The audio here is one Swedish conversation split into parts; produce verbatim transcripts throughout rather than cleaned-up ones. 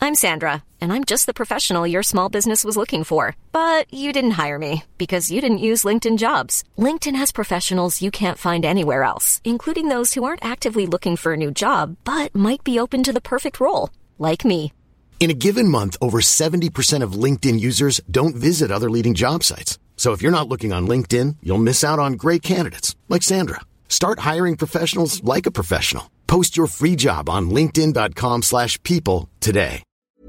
I'm Sandra, and I'm just the professional your small business was looking for. But you didn't hire me because you didn't use LinkedIn Jobs. LinkedIn has professionals you can't find anywhere else, including those who aren't actively looking for a new job, but might be open to the perfect role, like me. In a given month, over seventy percent of LinkedIn users don't visit other leading job sites. So if you're not looking on LinkedIn, you'll miss out on great candidates like Sandra. Start hiring professionals like a professional. Post your free job on linkedin dot com slash people today.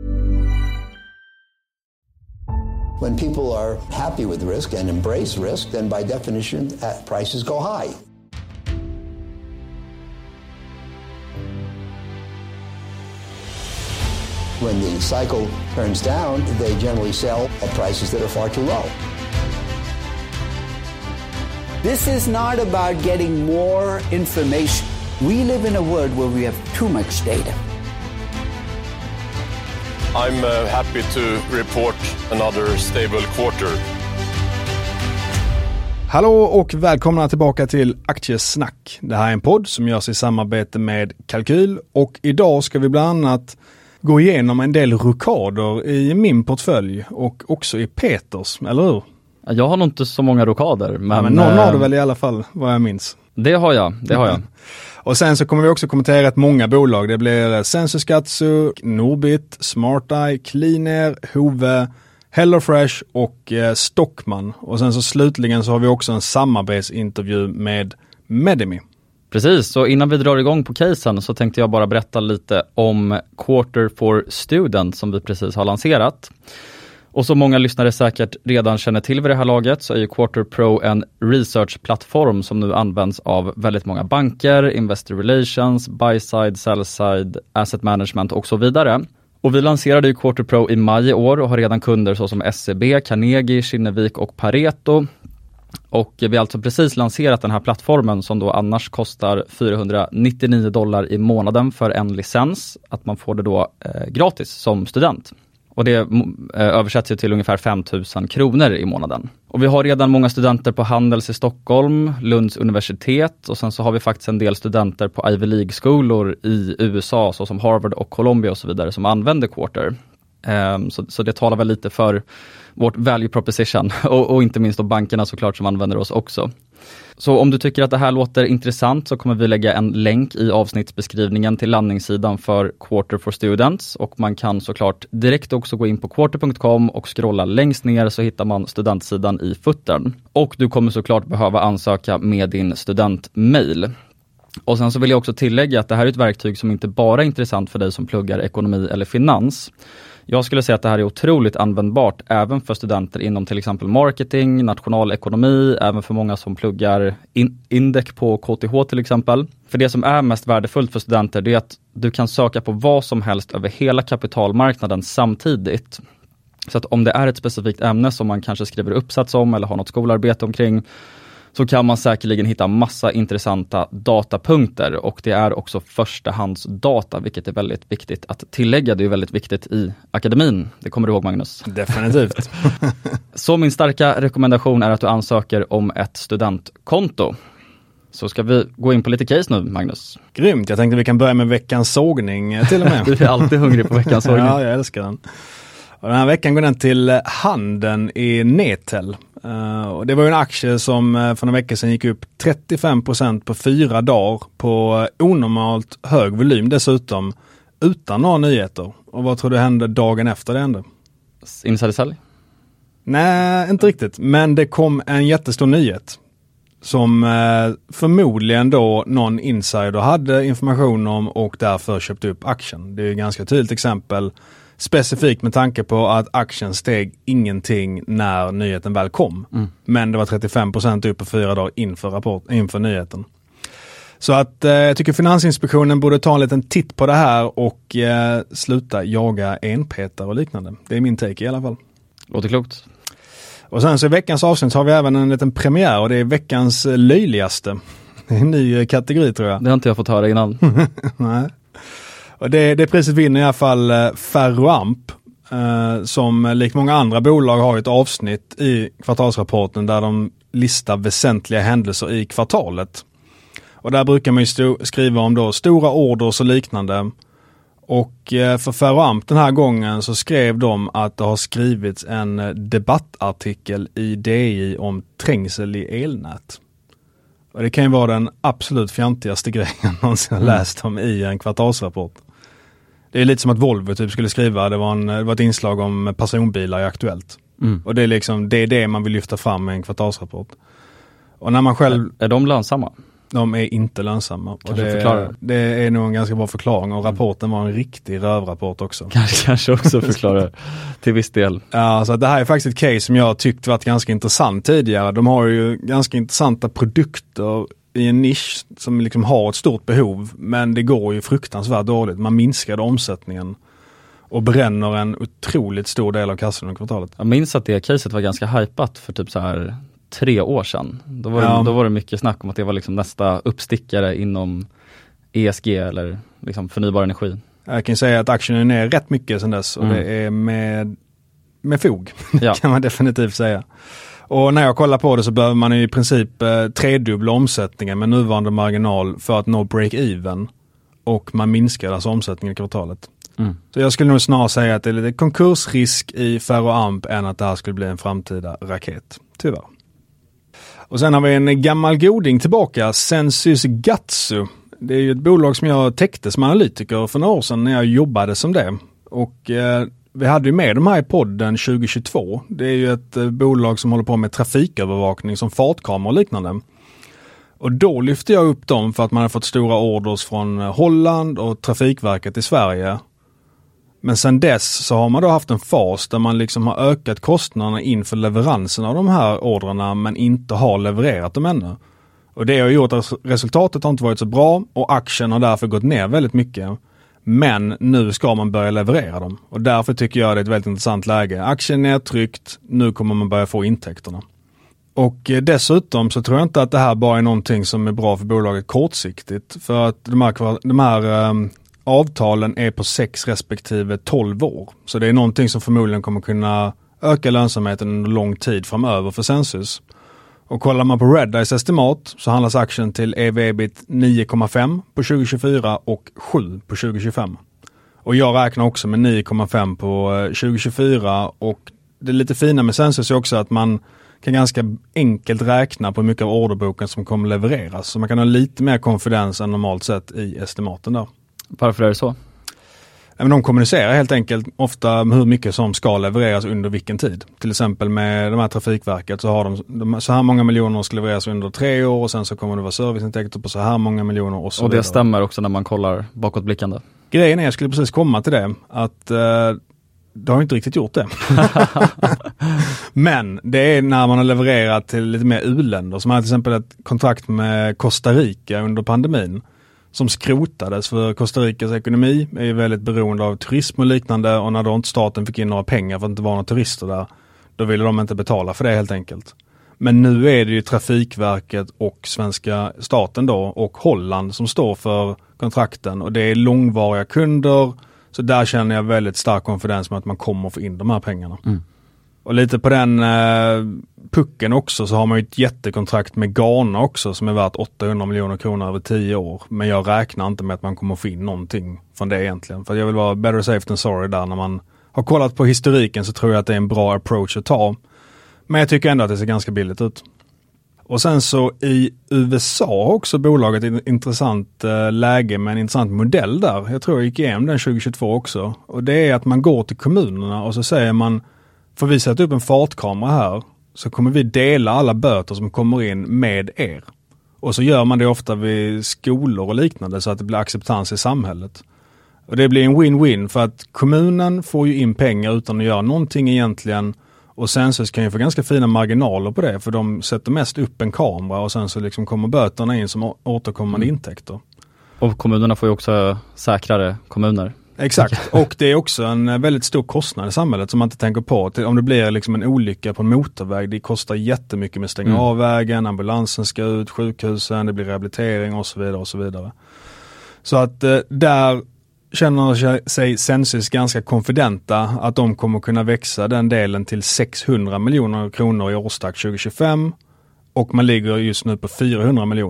When people are happy with risk and embrace risk, then by definition, uh, prices go high. When the cycle turns down, they generally sell at prices that are far too low. This is not about getting more information. We live in a world where we have too much data. I'm uh, happy to report another stable quarter. Hallå och välkomna tillbaka till Aktiesnack. Det här är en podd som görs i samarbete med Kalkyl och idag ska vi bland annat gå igenom en del rokader i min portfölj och också i Peters, eller hur? Jag har nog inte så många rokader. Men, ja, men någon har du väl i alla fall, vad jag minns. Det har jag, det har jag. Och sen så kommer vi också kommentera ett många bolag. Det blir Sensus Gatsu, Norbit, SmartEye, Cleanair, Hove, HelloFresh och eh, Stockman. Och sen så slutligen så har vi också en samarbetsintervju med Medimi. Precis, så innan vi drar igång på casen så tänkte jag bara berätta lite om Quarter for Students som vi precis har lanserat. Och som många lyssnare säkert redan känner till vid det här laget så är ju Quarter Pro en researchplattform som nu används av väldigt många banker, investor relations, buy-side, sell-side, asset management och så vidare. Och vi lanserade ju Quarter Pro i maj i år och har redan kunder såsom S C B, Carnegie, Kinnevik och Pareto. Och vi har alltså precis lanserat den här plattformen som då annars kostar fyrahundranittionio dollar i månaden för en licens. Att man får det då eh, gratis som student. Och det eh, översätts ju till ungefär fem tusen kronor i månaden. Och vi har redan många studenter på Handels i Stockholm, Lunds universitet och sen så har vi faktiskt en del studenter på Ivy League-skolor i U S A såsom Harvard och Columbia och så vidare som använder Quarter. Um, så, så det talar väl lite för vårt value proposition och, och inte minst då bankerna såklart som använder oss också. Så om du tycker att det här låter intressant så kommer vi lägga en länk i avsnittsbeskrivningen till landningssidan för Quarter for Students och man kan såklart direkt också gå in på quarter punkt com och scrolla längst ner så hittar man studentsidan i footern. Och du kommer såklart behöva ansöka med din studentmail. Och sen så vill jag också tillägga att det här är ett verktyg som inte bara är intressant för dig som pluggar ekonomi eller finans. Jag skulle säga att det här är otroligt användbart även för studenter inom till exempel marketing, nationalekonomi, även för många som pluggar in- index på K T H till exempel. För det som är mest värdefullt för studenter det är att du kan söka på vad som helst över hela kapitalmarknaden samtidigt. Så att om det är ett specifikt ämne som man kanske skriver uppsats om eller har något skolarbete omkring så kan man säkerligen hitta massa intressanta datapunkter och det är också förstahandsdata vilket är väldigt viktigt att tillägga. Det är väldigt viktigt i akademin. Det kommer du ihåg Magnus? Definitivt. Så min starka rekommendation är att du ansöker om ett studentkonto. Så ska vi gå in på lite case nu, Magnus. Grymt, jag tänkte vi kan börja med veckans sågning till och med. Du är alltid hungrig på veckans sågning. Ja, jag älskar den. Och den här veckan går den till handeln i Netel. Uh, och det var ju en aktie som uh, för några veckor sedan gick upp trettiofem procent på fyra dagar på onormalt hög volym dessutom utan några nyheter. Och vad tror du hände dagen efter det hände? Insidersälj? Nej, inte riktigt. Men det kom en jättestor nyhet som uh, förmodligen då någon insider hade information om och därför köpte upp aktien. Det är ju ett ganska tydligt exempel. Specifikt med tanke på att aktien steg ingenting när nyheten väl kom. Mm. Men det var trettiofem procent upp på fyra dagar inför, rapport, inför nyheten. Så att eh, jag tycker Finansinspektionen borde ta en liten titt på det här och eh, sluta jaga enpetar och liknande. Det är min take i alla fall. Låter klokt. Och sen så i veckans avsnitt har vi även en liten premiär och det är veckans löjligaste. Det är en ny kategori tror jag. Det har inte jag fått höra innan. Nej. Och det, det priset vinner i alla fall eh, Ferroamp eh, som likt många andra bolag har ett avsnitt i kvartalsrapporten där de listar väsentliga händelser i kvartalet. Och där brukar man ju sto- skriva om då stora orders och liknande. Och för Ferroamp den här gången så skrev de att det har skrivits en debattartikel i D I om trängsel i elnät. Och det kan ju vara den absolut fjantigaste grejen jag någonsin har läst om i en kvartalsrapport. Det är lite som att Volvo typ skulle skriva, det var, en, det var ett inslag om personbilar i Aktuellt. Mm. Och det är liksom, det är det man vill lyfta fram med en kvartalsrapport. Och när man själv... Är, är de lönsamma? De är inte lönsamma. Och det, förklarar. det är nog en ganska bra förklaring. Och rapporten var en riktig rövraport också. Kanske, kanske också förklarar till viss del. Ja, så det här är faktiskt ett case som jag tyckte varit ganska intressant tidigare. De har ju ganska intressanta produkter i en nisch som liksom har ett stort behov. Men det går ju fruktansvärt dåligt. Man minskade omsättningen och bränner en otroligt stor del av kassan under kvartalet. Jag minns att det caset var ganska hypat för typ så här tre år sedan. Då var, ja. det, då var det mycket snack om att det var liksom nästa uppstickare inom E S G eller liksom förnybar energi. Jag kan säga att aktien är ner rätt mycket sedan dess och mm. det är med, med fog ja. kan man definitivt säga. Och när jag kollar på det så behöver man i princip eh, tredubbla omsättningen med nuvarande marginal för att nå break-even och man minskar alltså omsättningen i kvartalet. Mm. Så jag skulle nog snarare säga att det är lite konkursrisk i Ferroamp än att det här skulle bli en framtida raket. Tyvärr. Och sen har vi en gammal goding tillbaka, Sensys Gatsu. Det är ju ett bolag som jag täckte som analytiker för några år sedan när jag jobbade som det. Och eh, vi hade ju med de här i podden tjugohundratjugotvå. Det är ju ett eh, bolag som håller på med trafikövervakning som fartkameror och liknande. Och då lyfte jag upp dem för att man har fått stora orders från Holland och Trafikverket i Sverige. Men sen dess så har man då haft en fas där man liksom har ökat kostnaderna inför leveransen av de här ordrarna men inte har levererat dem ännu. Och det har gjort att resultatet har inte varit så bra och aktien har därför gått ner väldigt mycket. Men nu ska man börja leverera dem. Och därför tycker jag det är ett väldigt intressant läge. Aktien är nedtryckt, nu kommer man börja få intäkterna. Och dessutom så tror jag inte att det här bara är någonting som är bra för bolaget kortsiktigt. För att de här, de här um, avtalen är på sex respektive tolv år. Så det är någonting som förmodligen kommer kunna öka lönsamheten under lång tid framöver för Sensys. Och kollar man på Redeyes estimat så handlas aktien till E V-ebit nio komma fem på tjugohundratjugofyra och sju på tjugohundratjugofem. Och jag räknar också med nio komma fem på tjugohundratjugofyra och det lite fina med Sensys är också att man kan ganska enkelt räkna på mycket av orderboken som kommer levereras. Så man kan ha lite mer konfidens än normalt sett i estimaten där. Varför är det så? Men de kommunicerar helt enkelt ofta hur mycket som ska levereras under vilken tid. Till exempel med de här Trafikverket så har de, de så här många miljoner ska levereras under tre år och sen så kommer det vara serviceintäkter på så här många miljoner och så Och det vidare. stämmer också när man kollar bakåtblickande. Grejen är, jag skulle precis komma till det, att eh, det har inte riktigt gjort det. Men det är när man har levererat till lite mer u-länder. Som har till exempel ett kontrakt med Costa Rica under pandemin. Som skrotades för Costa Ricas ekonomi är ju väldigt beroende av turism och liknande. Och när då inte staten fick in några pengar för att det inte var några turister där. Då ville de inte betala för det helt enkelt. Men nu är det ju Trafikverket och svenska staten då och Holland som står för kontrakten. Och det är långvariga kunder. Så där känner jag väldigt stark konfidens med att man kommer få in de här pengarna. Mm. Och lite på den eh, pucken också så har man ju ett jättekontrakt med Ghana också som är värt åttahundra miljoner kronor över tio år. Men jag räknar inte med att man kommer få in någonting från det egentligen. För jag vill vara better safe than sorry där. När man har kollat på historiken så tror jag att det är en bra approach att ta. Men jag tycker ändå att det ser ganska billigt ut. Och sen så i U S A har också bolaget ett intressant eh, läge med en intressant modell där. Jag tror jag gick igenom den tjugohundratjugotvå också. Och det är att man går till kommunerna och så säger man, får vi sätta upp en fartkamera här så kommer vi dela alla böter som kommer in med er. Och så gör man det ofta vid skolor och liknande så att det blir acceptans i samhället. Och det blir en win-win för att kommunen får ju in pengar utan att göra någonting egentligen. Och sen så kan ju få ganska fina marginaler på det för de sätter mest upp en kamera och sen så liksom kommer böterna in som återkommande mm. intäkter. Och kommunerna får ju också säkrare kommuner. Exakt, och det är också en väldigt stor kostnad i samhället som man inte tänker på. Om det blir liksom en olycka på en motorväg, det kostar jättemycket med att stänga mm. av vägen, ambulansen ska ut, sjukhusen, det blir rehabilitering och så vidare och så vidare. Så att eh, där känner sig Sensys ganska konfidenta att de kommer kunna växa den delen till sexhundra miljoner kronor i årstakt tjugohundratjugofem och man ligger just nu på fyrahundra miljoner.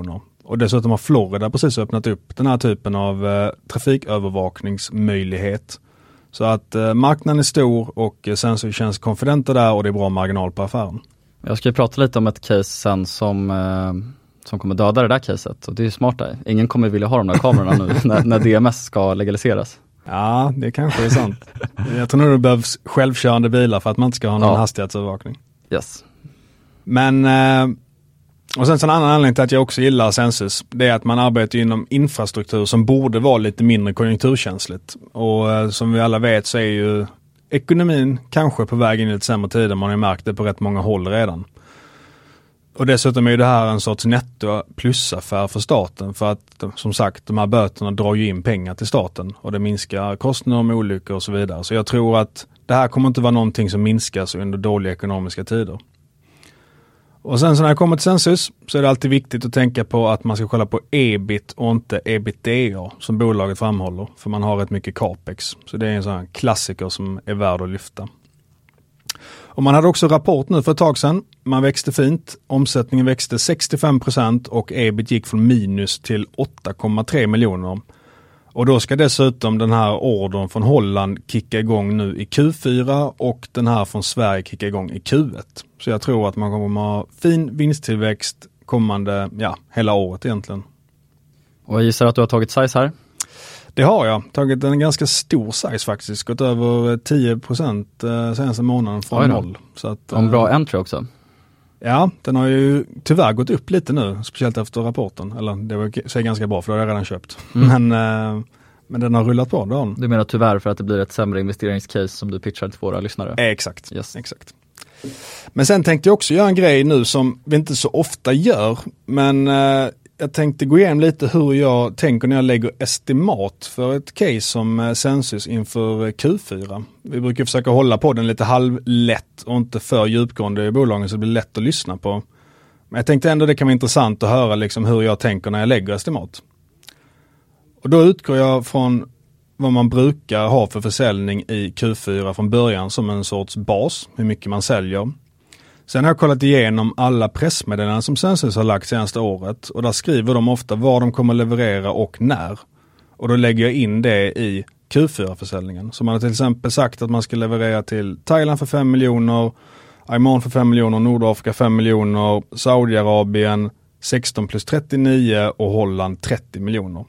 Och dessutom har Florida precis öppnat upp den här typen av eh, trafikövervakningsmöjlighet. Så att eh, marknaden är stor och eh, Sensor känns konfidenta där och det är bra marginal på affären. Jag ska ju prata lite om ett case sen som, eh, som kommer döda det där caset. Och det är ju smart där. Ingen kommer vilja ha de där kamerorna nu när, när D M S ska legaliseras. Ja, det kanske är sant. Jag tror nog det behövs självkörande bilar för att man inte ska ha någon ja. hastighetsövervakning. Yes. Men, eh, och sen så en annan anledning till att jag också gillar Sensus, det är att man arbetar inom infrastruktur som borde vara lite mindre konjunkturkänsligt. Och eh, som vi alla vet så är ju ekonomin kanske på väg in i lite sämre tider, man har ju märkt det på rätt många håll redan. Och dessutom är ju det här en sorts netto plusaffär för staten för att som sagt de här böterna drar ju in pengar till staten och det minskar kostnader med olyckor och så vidare. Så jag tror att det här kommer inte vara någonting som minskas under dåliga ekonomiska tider. Och sen så när det kommer till Sensus så är det alltid viktigt att tänka på att man ska kolla på E B I T och inte EBITDA som bolaget framhåller. För man har rätt mycket capex. Så det är en sån här klassiker som är värd att lyfta. Och man hade också rapport nu för ett tag sedan. Man växte fint. Omsättningen växte sextiofem procent och E B I T gick från minus till åtta komma tre miljoner. Och då ska dessutom den här ordern från Holland kicka igång nu i Q fyra och den här från Sverige kicka igång i Q ett. Så jag tror att man kommer ha fin vinsttillväxt kommande, ja, hela året egentligen. Och jag gissar att du har tagit size här? Det har jag. Tagit en ganska stor size faktiskt. Gått över tio procent senaste månaden från noll. Så att, en bra entry också. Ja, den har ju tyvärr gått upp lite nu, speciellt efter rapporten. Eller det var så ganska bra för det har jag redan köpt. Mm. Men, men den har rullat på. Då. Du menar tyvärr för att det blir ett sämre investeringscase som du pitchar till våra lyssnare? Eh, exakt, yes. exakt. Men sen tänkte jag också göra en grej nu som vi inte så ofta gör. Men eh, jag tänkte gå igenom lite hur jag tänker när jag lägger estimat för ett case som Sensus inför Q fyra. Vi brukar försöka hålla på den lite halvlätt och inte för djupgående i bolagen så det blir lätt att lyssna på. Men jag tänkte ändå det kan vara intressant att höra liksom hur jag tänker när jag lägger estimat. Och då utgår jag från vad man brukar ha för försäljning i Q fyra från början som en sorts bas, hur mycket man säljer. Sen har jag kollat igenom alla pressmeddelanden som Sensus har lagt senaste året och där skriver de ofta vad de kommer leverera och när. Och då lägger jag in det i Q fyra-försäljningen. Så man har till exempel sagt att man ska leverera till Thailand för fem miljoner, Oman för fem miljoner, Nordafrika fem miljoner, Saudiarabien sexton plus trettionio och Holland trettio miljoner.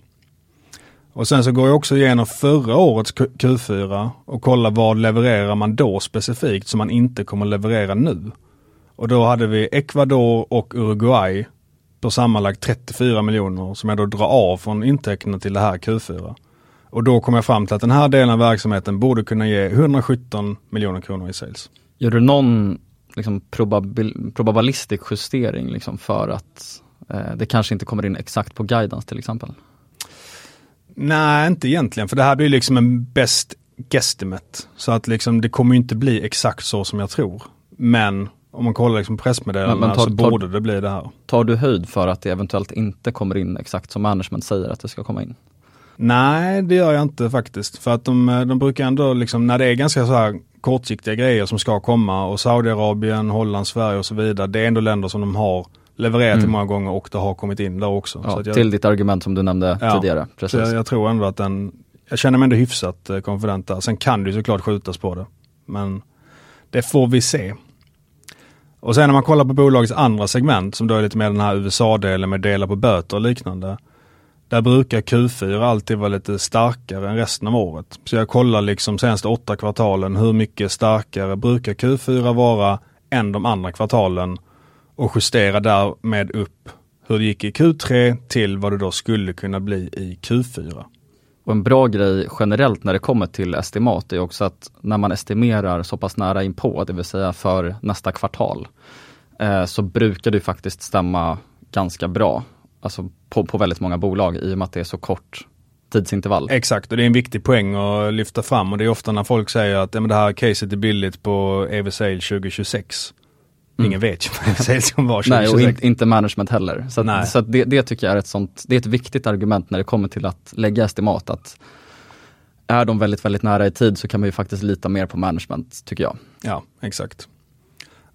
Och sen så går jag också igenom förra årets Q fyra och kollar vad levererar man då specifikt som man inte kommer leverera nu. Och då hade vi Ecuador och Uruguay på sammanlagt trettiofyra miljoner som jag då drar av från intäkterna till det här Q fyra. Och då kom jag fram till att den här delen av verksamheten borde kunna ge hundrasjutton miljoner kronor i sales. Gör du någon liksom, probabil- probabilistisk justering liksom, för att eh, det kanske inte kommer in exakt på guidance till exempel? Nej, inte egentligen. För det här blir liksom en best guesstimate. Så att liksom, det kommer inte bli exakt så som jag tror. Men om man kollar liksom pressmeddelandena så borde tar, det bli det här. Tar du höjd för att det eventuellt inte kommer in exakt som management säger att det ska komma in? Nej, det gör jag inte faktiskt. För att de, de brukar ändå, liksom, när det är ganska så här kortsiktiga grejer som ska komma och Saudiarabien, Holland, Sverige och så vidare. Det är ändå länder som de har levererat mm. till många gånger och det har kommit in där också. Ja, så att jag, till ditt argument som du nämnde ja, tidigare. Precis. Jag, jag tror ändå att den, jag känner mig ändå hyfsat konfident där. Sen kan det ju såklart skjutas på det. Men det får vi se. Och sen när man kollar på bolagets andra segment som då är lite mer den här U S A-delen med delar på böter och liknande. Där brukar Q fyra alltid vara lite starkare än resten av året. Så jag kollar liksom senaste åtta kvartalen hur mycket starkare brukar Q fyra vara än de andra kvartalen och justera därmed upp hur det gick i Q tre till vad det då skulle kunna bli i Q fyra. Och en bra grej generellt när det kommer till estimat är också att när man estimerar så pass nära in på, det vill säga för nästa kvartal, eh, så brukar det faktiskt stämma ganska bra. Alltså på, på väldigt många bolag i och med att det är så kort tidsintervall. Exakt, och det är en viktig poäng att lyfta fram och det är ofta när folk säger att ja, men det här caset är billigt på E V Sale tjugo tjugosex. Mm. Ingen vet ju vad E V Sale som var tjugo tjugosex. Nej, och in, inte management heller. Så, att, så att det, det tycker jag är ett sånt, det är ett viktigt argument när det kommer till att lägga estimat att är de väldigt, väldigt nära i tid så kan man ju faktiskt lita mer på management, tycker jag. Ja, exakt.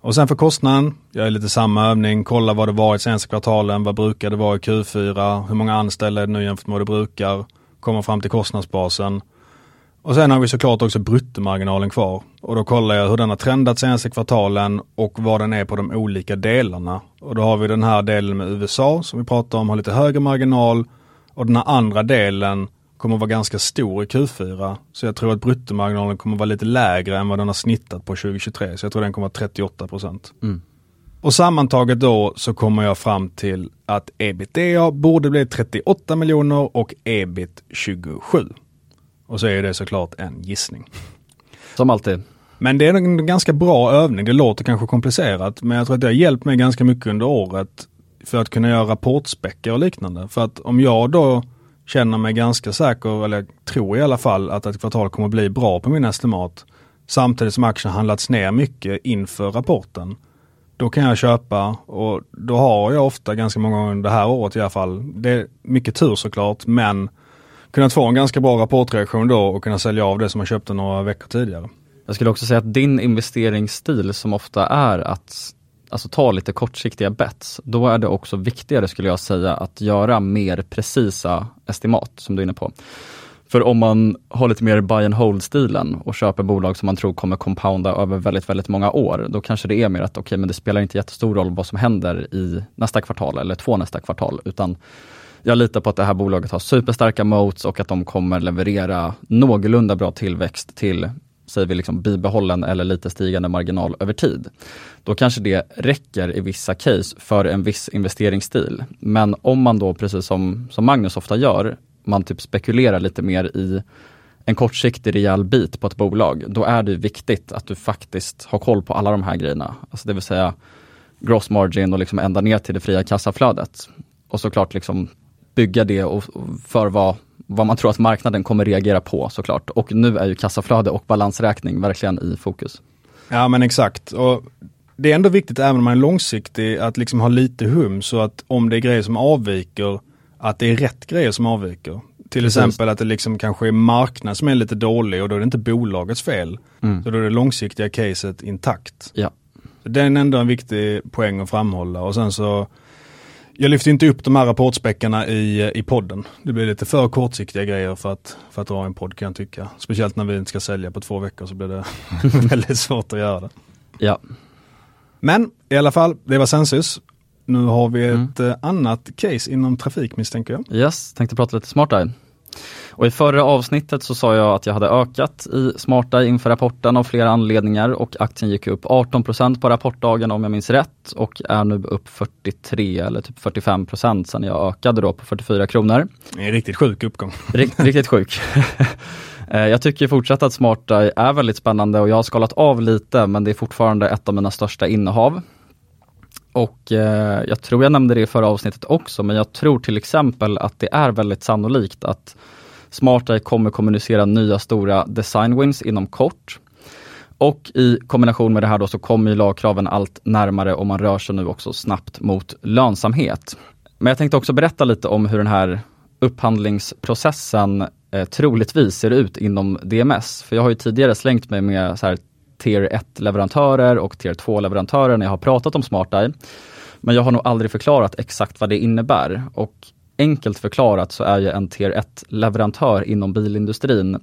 Och sen för kostnaden, jag är lite samma övning, kolla vad det var i senaste kvartalen, vad brukar det vara i Q fyra, hur många anställda är det nu jämfört med vad det brukar, komma fram till kostnadsbasen. Och sen har vi såklart också bruttomarginalen kvar. Och då kollar jag hur den har trendat senaste kvartalen och vad den är på de olika delarna. Och då har vi den här delen med U S A som vi pratar om, har lite högre marginal. Och den här andra delen kommer att vara ganska stor i Q fyra. Så jag tror att bruttomarginalen kommer att vara lite lägre än vad den har snittat på tjugo tjugotre. Så jag tror den kommer att vara trettioåtta procent. Mm. Och sammantaget då så kommer jag fram till att ebitda borde bli trettioåtta miljoner och ebit tjugosju. Och så är det såklart en gissning. Som alltid. Men det är en ganska bra övning. Det låter kanske komplicerat, men jag tror att det har hjälpt mig ganska mycket under året för att kunna göra rapportspäckar och liknande. För att om jag då känner mig ganska säker, eller tror i alla fall att ett kvartal kommer bli bra på min estimat, samtidigt som aktien handlats ner mycket inför rapporten, då kan jag köpa, och då har jag ofta ganska många gånger det här året i alla fall. Det är mycket tur såklart, men kunnat få en ganska bra rapportreaktion då och kunna sälja av det som man köpte några veckor tidigare. Jag skulle också säga att din investeringsstil som ofta är att alltså, ta lite kortsiktiga bets, då är det också viktigare skulle jag säga att göra mer precisa estimat som du är inne på. För om man har lite mer buy and hold-stilen och köper bolag som man tror kommer compounda över väldigt, väldigt många år, då kanske det är mer att okej, okay, men det spelar inte jättestor roll vad som händer i nästa kvartal eller två nästa kvartal, utan jag litar på att det här bolaget har superstarka moats och att de kommer leverera någorlunda bra tillväxt till, säger vi, liksom bibehållen eller lite stigande marginal över tid. Då kanske det räcker i vissa case för en viss investeringsstil. Men om man då, precis som, som Magnus ofta gör, man typ spekulerar lite mer i en kortsiktig rejäl bit på ett bolag, då är det viktigt att du faktiskt har koll på alla de här grejerna. Alltså det vill säga gross margin och liksom ända ner till det fria kassaflödet. Och såklart liksom bygga det och för vad, vad man tror att marknaden kommer reagera på såklart. Och nu är ju kassaflöde och balansräkning verkligen i fokus. Ja men exakt. Och det är ändå viktigt även om man är långsiktig att liksom ha lite hum, så att om det är grejer som avviker, att det är rätt grejer som avviker. Till Precis. exempel att det liksom kanske är marknaden som är lite dålig och då är det inte bolagets fel. Mm. Så då är det långsiktiga caset intakt. Ja. Så det är ändå en viktig poäng att framhålla. Och sen så jag lyfter inte upp de här rapportspäckarna i, i podden. Det blir lite för kortsiktiga grejer för att, för att dra en podd kan jag tycka. Speciellt när vi inte ska sälja på två veckor så blir det väldigt svårt att göra det. Ja. Men i alla fall, det var Sensis. Nu har vi ett mm. annat case inom trafik misstänker jag. Yes, tänkte prata lite SmartEye. Och i förra avsnittet så sa jag att jag hade ökat i SmartEye inför rapporten av flera anledningar och aktien gick upp arton procent på rapportdagen om jag minns rätt och är nu upp fyrtiotre eller typ fyrtiofem procent sen jag ökade då på fyrtiofyra kronor. Det är en riktigt sjuk uppgång. Rikt, riktigt sjuk. Jag tycker fortsatt att SmartEye är väldigt spännande och jag har skalat av lite, men det är fortfarande ett av mina största innehav. Och eh, jag tror jag nämnde det i förra avsnittet också, men jag tror till exempel att det är väldigt sannolikt att SmartEye kommer kommunicera nya stora design wins inom kort. Och i kombination med det här då så kommer ju lagkraven allt närmare och man rör sig nu också snabbt mot lönsamhet. Men jag tänkte också berätta lite om hur den här upphandlingsprocessen eh, troligtvis ser ut inom D M S. För jag har ju tidigare slängt mig med så här tier ett-leverantörer och tier två-leverantörer när jag har pratat om SmartEye. Men jag har nog aldrig förklarat exakt vad det innebär. Och enkelt förklarat så är ju en tier ett-leverantör inom bilindustrin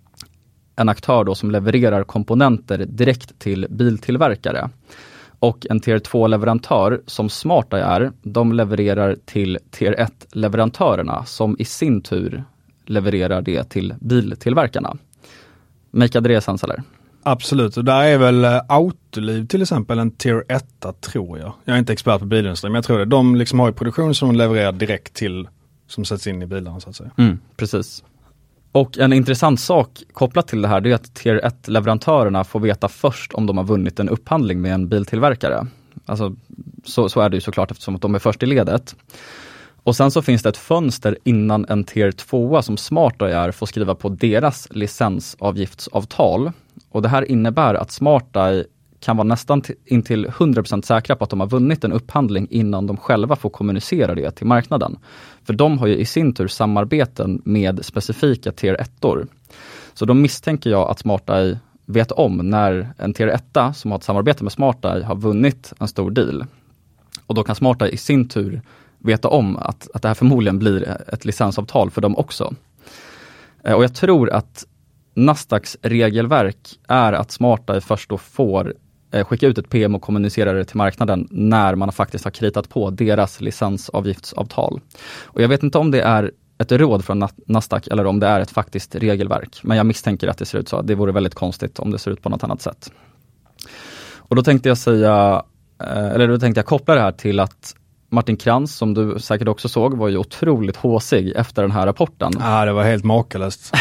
en aktör då som levererar komponenter direkt till biltillverkare. Och en tier två-leverantör som SmartEye är, de levererar till tier ett-leverantörerna som i sin tur levererar det till biltillverkarna. Makeade det sens eller? Absolut, och där är väl Autoliv till exempel en tier ett tror jag. Jag är inte expert på bilindustrin men jag tror det. De liksom har ju produktion som de levererar direkt till som sätts in i bilarna så att säga. Mm, precis. Och en intressant sak kopplat till det här det är att tier ett-leverantörerna får veta först om de har vunnit en upphandling med en biltillverkare. Alltså så, så är det ju såklart eftersom att de är först i ledet. Och sen så finns det ett fönster innan en tier två som SmartEye är får skriva på deras licensavgiftsavtal. Och det här innebär att SmartEye kan vara nästan t- intill hundra procent säkra på att de har vunnit en upphandling innan de själva får kommunicera det till marknaden. För de har ju i sin tur samarbeten med specifika tier ett-or. Så då misstänker jag att SmartEye vet om när en tier ett som har ett samarbete med SmartEye har vunnit en stor deal. Och då kan SmartEye i sin tur veta om att, att det här förmodligen blir ett licensavtal för dem också. Eh, och jag tror att Nasdaqs regelverk är att SmartEye först då får eh, skicka ut ett P M och kommunicera det till marknaden när man faktiskt har kritat på deras licensavgiftsavtal. Och jag vet inte om det är ett råd från Nasdaq eller om det är ett faktiskt regelverk. Men jag misstänker att det ser ut så. Det vore väldigt konstigt om det ser ut på något annat sätt. Och då tänkte jag säga, eller då tänkte jag koppla det här till att Martin Krantz, som du säkert också såg, var ju otroligt håsig efter den här rapporten. Ja, det var helt makalöst.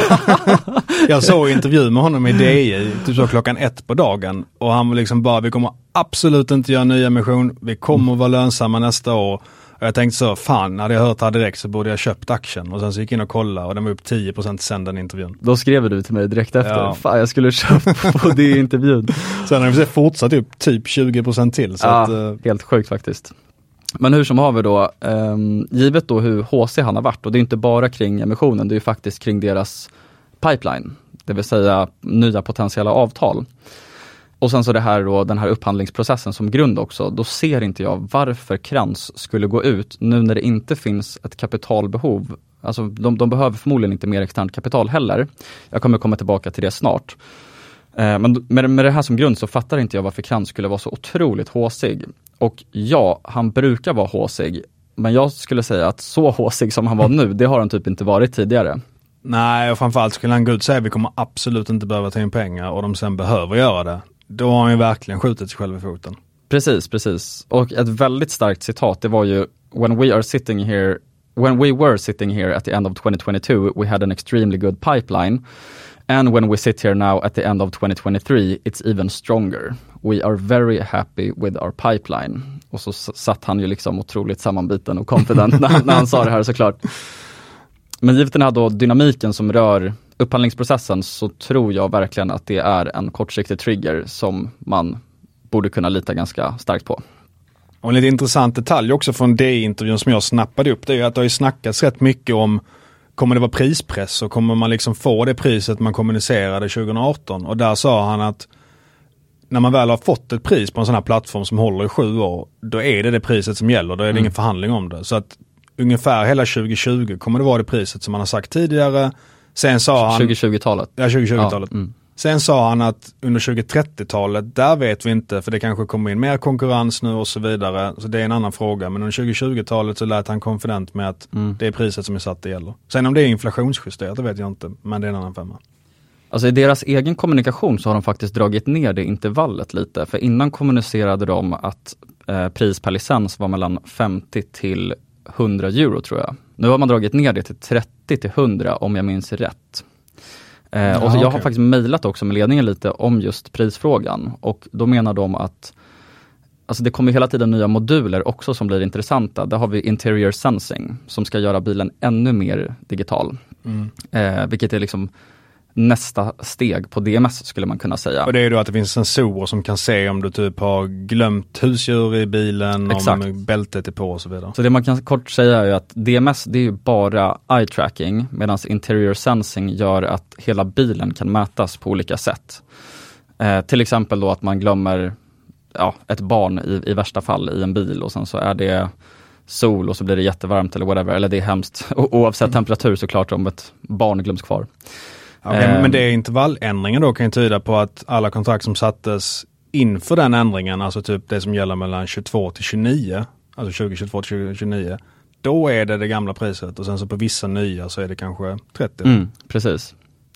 Jag såg intervju med honom i D I typ så klockan ett på dagen. Och han var liksom bara, vi kommer absolut inte göra ny emission. Vi kommer vara lönsamma nästa år. Och jag tänkte så, fan, hade jag hört det här direkt så borde jag köpt aktien. Och sen så gick jag in och kollade och den var upp tio procent sen den intervjun. Då skrev du till mig direkt efter. Ja. Fan, jag skulle köpa på det intervjun. Sen har vi fortsatt upp typ tjugo procent till. Så ja, att, uh... helt sjukt faktiskt. Men hur som har vi då, um, givet då hur H C han har varit, och det är inte bara kring emissionen, det är ju faktiskt kring deras pipeline. Det vill säga nya potentiella avtal. Och sen så det här då, den här upphandlingsprocessen som grund också, då ser inte jag varför Krantz skulle gå ut nu när det inte finns ett kapitalbehov. Alltså de, de behöver förmodligen inte mer externt kapital heller. Jag kommer komma tillbaka till det snart. Eh, men med, med det här som grund så fattar inte jag varför Krantz skulle vara så otroligt håsig. Och ja, han brukar vara håsig. Men jag skulle säga att så håsig som han var nu, det har han typ inte varit tidigare. Nej, och framförallt skulle han gå ut och säga att vi kommer absolut inte behöva ta in pengar och de sen behöver göra det. Då har han ju verkligen skjutit sig själv i foten. Precis, precis. Och ett väldigt starkt citat, det var ju when we are sitting here, when we were sitting here at the end of twenty twenty-two, we had an extremely good pipeline. And when we sit here now at the end of twenty twenty-three, it's even stronger. We are very happy with our pipeline. Och så satt han ju liksom otroligt sammanbiten och confident när, när han sa det här såklart. Men givet den här då dynamiken som rör upphandlingsprocessen så tror jag verkligen att det är en kortsiktig trigger som man borde kunna lita ganska starkt på. Och en lite intressant detalj också från D I-intervjun som jag snappade upp, det är ju att det har ju snackats rätt mycket om, kommer det vara prispress och kommer man liksom få det priset man kommunicerade tjugo arton? Och där sa han att när man väl har fått ett pris på en sån här plattform som håller i sju år, då är det det priset som gäller, då är det mm. ingen förhandling om det. Så att ungefär hela tjugo tjugo kommer det vara det priset som man har sagt tidigare. Sen sa han... tjugo tjugo-talet. Ja, tjugo tjugo-talet. Ja, mm. Sen sa han att under tjugo trettio-talet, där vet vi inte, för det kanske kommer in mer konkurrens nu och så vidare. Så det är en annan fråga. Men under tjugo tjugo-talet så lät han konfident med att mm. det är priset som är satt det gäller. Sen om det är inflationsjusterat, det vet jag inte. Men det är en annan femma. Alltså i deras egen kommunikation så har de faktiskt dragit ner det intervallet lite. För innan kommunicerade de att eh, pris per licens var mellan femtio till hundra euro tror jag. Nu har man dragit ner det till trettio till hundra om jag minns rätt. Eh, ja, och så jag okay. har faktiskt mejlat också med ledningen lite om just prisfrågan. Och då menar de att alltså det kommer hela tiden nya moduler också som blir intressanta. Där har vi interior sensing som ska göra bilen ännu mer digital. Mm. Eh, vilket är liksom nästa steg på D M S skulle man kunna säga. Och det är då att det finns sensorer som kan se om du typ har glömt husdjur i bilen, exakt. Om bältet är på och så vidare. Så det man kan kort säga är ju att D M S det är ju bara eye tracking, medan interior sensing gör att hela bilen kan mätas på olika sätt. Eh, till exempel då att man glömmer ja, ett barn i, i värsta fall i en bil och sen så är det sol och så blir det jättevarmt eller whatever, eller det är hemskt o- oavsett mm. temperatur såklart om ett barn glöms kvar. Okay, um, men det är intervalländringen då kan ju tyda på att alla kontrakt som sattes inför den ändringen, alltså typ det som gäller mellan tjugotvå till tjugonio, alltså tjugo tjugotvå till tjugo tjugonio, då är det det gamla priset och sen så på vissa nya så är det kanske trettio. Mm, precis.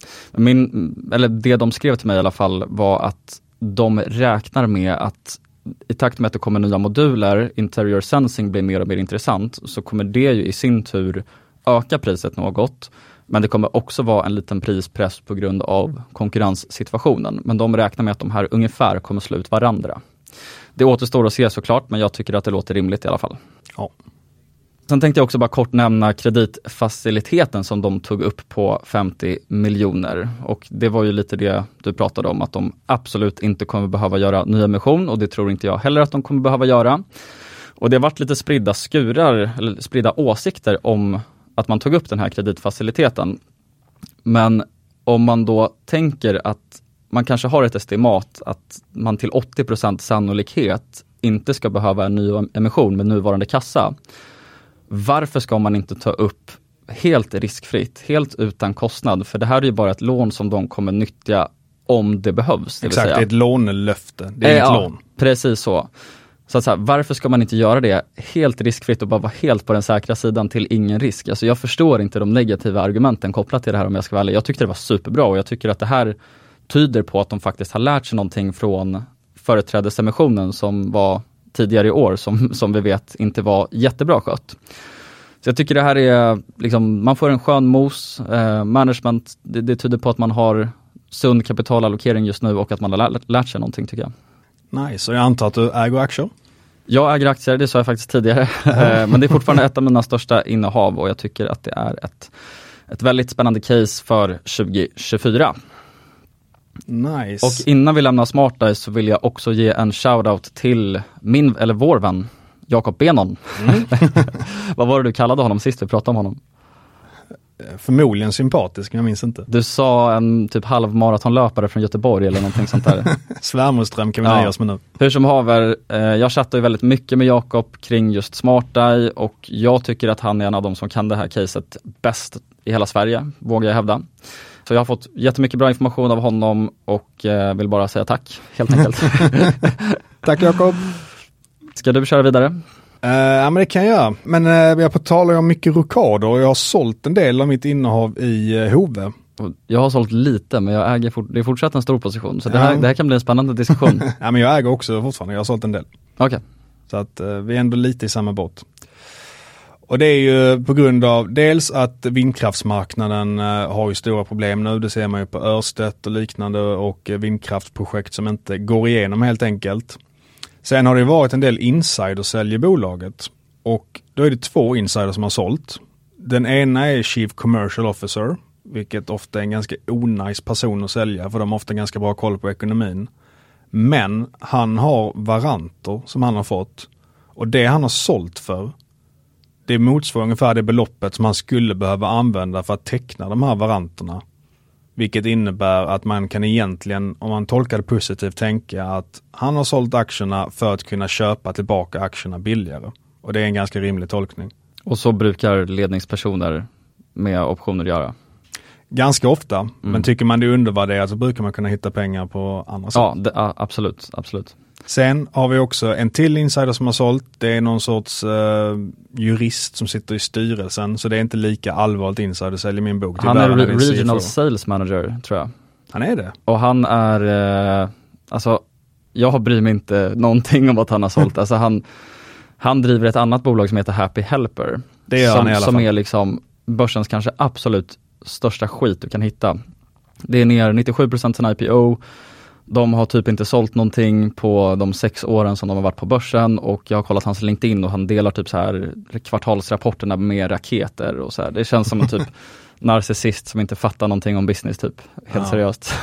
Min, eller det de skrev till mig i alla fall var att de räknar med att i takt med att det kommer nya moduler, interior sensing blir mer och mer intressant, så kommer det ju i sin tur öka priset något. Men det kommer också vara en liten prispress på grund av konkurrenssituationen. Men de räknar med att de här ungefär kommer slå ut varandra. Det återstår att se såklart, men jag tycker att det låter rimligt i alla fall. Ja. Sen tänkte jag också bara kort nämna kreditfaciliteten som de tog upp på femtio miljoner. Och det var ju lite det du pratade om, att de absolut inte kommer behöva göra nyemission. Och det tror inte jag heller att de kommer behöva göra. Och det har varit lite spridda skurar, eller spridda åsikter om att man tog upp den här kreditfaciliteten. Men om man då tänker att man kanske har ett estimat att man till åttio procent sannolikhet inte ska behöva en ny emission med nuvarande kassa. Varför ska man inte ta upp helt riskfritt, helt utan kostnad? För det här är ju bara ett lån som de kommer nyttja om det behövs. Det Exakt, vill säga. det är ett lånelöfte. Det är eh, inget ja, lån. Precis så. Så att så här, varför ska man inte göra det helt riskfritt och bara vara helt på den säkra sidan till ingen risk? Alltså jag förstår inte de negativa argumenten kopplat till det här om jag ska vara ärlig. Jag tyckte det var superbra och jag tycker att det här tyder på att de faktiskt har lärt sig någonting från företrädesemissionen som var tidigare i år som, som vi vet inte var jättebra skött. Så jag tycker det här är liksom, man får en skön mos, eh, management, det, det tyder på att man har sund kapitalallokering just nu och att man har lärt, lärt sig någonting tycker jag. Nice, och jag antar att du äger aktier? Jag äger aktier, det sa jag faktiskt tidigare. Men det är fortfarande ett av mina största innehav och jag tycker att det är ett, ett väldigt spännande case för tjugo tjugofyra. Nice. Och innan vi lämnar SmartEye så vill jag också ge en shoutout till min, eller vår vän, Jakob Benon. Mm. Vad var det du kallade honom sist vi pratade om honom? Förmodligen sympatisk, jag minns inte. Du sa en typ halvmaratonlöpare från Göteborg eller någonting sånt där. Svärmoström kan vi nöja oss med nu. Hur som haver, eh, jag chattar ju väldigt mycket med Jakob kring just SmartEye och jag tycker att han är en av de som kan det här caset bäst i hela Sverige, vågar jag hävda. Så jag har fått jättemycket bra information av honom och eh, vill bara säga tack, helt enkelt. Tack Jakob. Ska du köra vidare? Uh, ja men det kan jag göra. Men uh, jag på talar om mycket rokader och jag har sålt en del av mitt innehav i uh, Hove. Jag har sålt lite men jag äger fort, det är fortsatt en stor position. Så ja. det, här, det här kan bli en spännande diskussion. Ja men jag äger också fortfarande, jag har sålt en del. Okej. Okay. Så att uh, vi är ändå lite i samma båt. Och det är ju på grund av dels att vindkraftsmarknaden uh, har ju stora problem nu. Det ser man ju på Ørsted och liknande och uh, vindkraftprojekt som inte går igenom helt enkelt. Sen har det varit en del insidersälj i bolaget och då är det två insiders som har sålt. Den ena är Chief Commercial Officer, vilket ofta är en ganska onajs person att sälja för de har ofta ganska bra koll på ekonomin. Men han har varanter som han har fått och det han har sålt för, det motsvarar ungefär det beloppet som han skulle behöva använda för att teckna de här varanterna. Vilket innebär att man kan egentligen, om man tolkar det positivt, tänka att han har sålt aktierna för att kunna köpa tillbaka aktierna billigare. Och det är en ganska rimlig tolkning. Och så brukar ledningspersoner med optioner göra? Ganska ofta, mm. men tycker man det är undervärderat så brukar man kunna hitta pengar på andra sätt. Ja, det, ja absolut, absolut. Sen har vi också en till insider som har sålt. Det är någon sorts eh, jurist som sitter i styrelsen. Så det är inte lika allvarligt insidersälj i min bok. Han är re- regional sales manager tror jag. Han är det? Och han är, eh, alltså jag bryr mig inte någonting om att han har sålt. Alltså han, han driver ett annat bolag som heter Happy Helper. Det gör som, han i alla fall. Som är liksom börsens kanske absolut största skit du kan hitta. Det är ner nittiosju procent sen I P O. De har typ inte sålt någonting på de sex åren som de har varit på börsen och jag har kollat hans LinkedIn och han delar typ så här kvartalsrapporterna med raketer och så här. Det känns som en typ narcissist som inte fattar någonting om business typ. Helt ja. seriöst.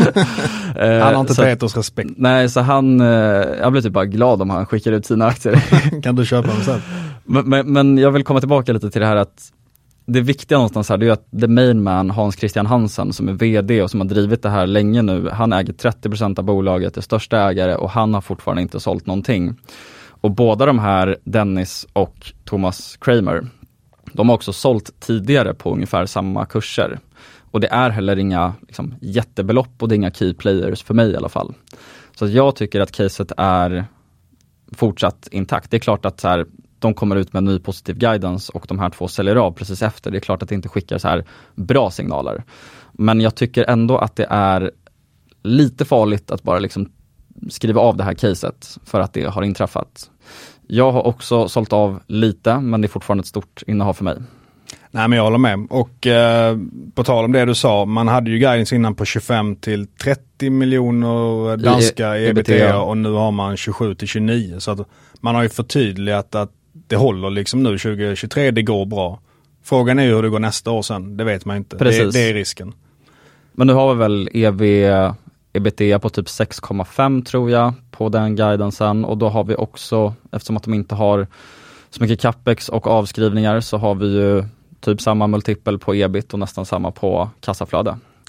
Han har inte Peters respekt. Nej, så han, jag blir typ bara glad om han skickar ut sina aktier. Kan du köpa dem sen? Men, men, men jag vill komma tillbaka lite till det här att det viktiga någonstans här, det är att the main man Hans Christian Hansen som är vd och som har drivit det här länge nu, han äger trettio procent av bolaget, är största ägare och han har fortfarande inte sålt någonting. Och båda de här, Dennis och Thomas Kramer, de har också sålt tidigare på ungefär samma kurser. Och det är heller inga liksom, jättebelopp och det är inga key players för mig i alla fall. Så jag tycker att caset är fortsatt intakt. Det är klart att så här, de kommer ut med en ny positiv guidance och de här två säljer av precis efter. Det är klart att det inte skickar så här bra signaler. Men jag tycker ändå att det är lite farligt att bara liksom skriva av det här caset för att det har inträffat. Jag har också sålt av lite, men det är fortfarande ett stort innehav för mig. Nej, men jag håller med. Och eh, på tal om det du sa, man hade ju guidance innan på tjugofem till trettio miljoner danska i E B T och nu har man tjugosju till tjugonio. Så att man har ju förtydligat att det håller liksom nu tjugo tjugotre, det går bra. Frågan är ju hur det går nästa år sen, det vet man inte. Det, det är risken. Men nu har vi väl E V, E B T på typ sex komma fem tror jag på den guidancen och då har vi också, eftersom att de inte har så mycket capex och avskrivningar så har vi ju typ samma multipel på ebit och nästan samma på kassaflöde.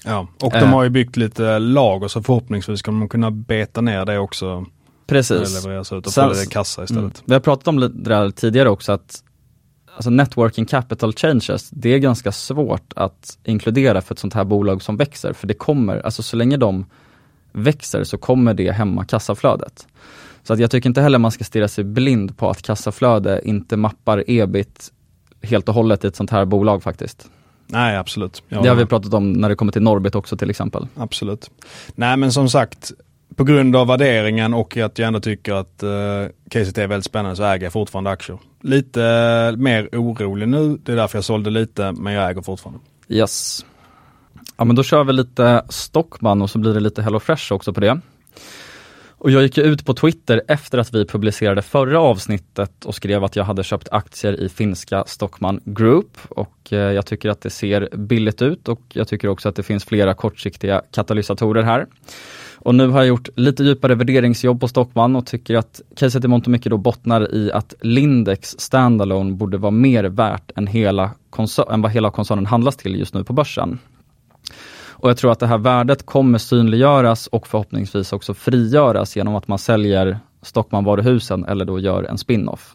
Ja, och de har ju byggt lite lager så förhoppningsvis kan man kunna beta ner det också. Precis. Levereras ut och få det i kassa istället. Mm. Vi har pratat om det där tidigare också att alltså networking capital changes, det är ganska svårt att inkludera för ett sånt här bolag som växer. För det kommer, alltså så länge de växer så kommer det hämma kassaflödet. Så att jag tycker inte heller man ska stirra sig blind på att kassaflöde inte mappar ebit helt och hållet i ett sånt här bolag faktiskt. Nej, absolut. Ja. Det har vi pratat om när det kommer till Norbit också till exempel. Absolut. Nej, men som sagt, på grund av värderingen och att jag ändå tycker att uh, K C T är väldigt spännande så äger jag fortfarande aktier. Lite uh, mer orolig nu, det är därför jag sålde lite, men jag äger fortfarande. Yes. Ja, men då kör vi lite Stockmann och så blir det lite HelloFresh också på det. Och jag gick ut på Twitter efter att vi publicerade förra avsnittet och skrev att jag hade köpt aktier i finska Stockmann Group och eh, jag tycker att det ser billigt ut och jag tycker också att det finns flera kortsiktiga katalysatorer här. Och nu har jag gjort lite djupare värderingsjobb på Stockmann och tycker att caset i mångt och mycket då bottnar i att Lindex standalone borde vara mer värt än, hela koncer- än vad hela koncernen handlas till just nu på börsen. Och jag tror att det här värdet kommer synliggöras och förhoppningsvis också frigöras genom att man säljer Stockmann-varuhusen eller då gör en spin-off.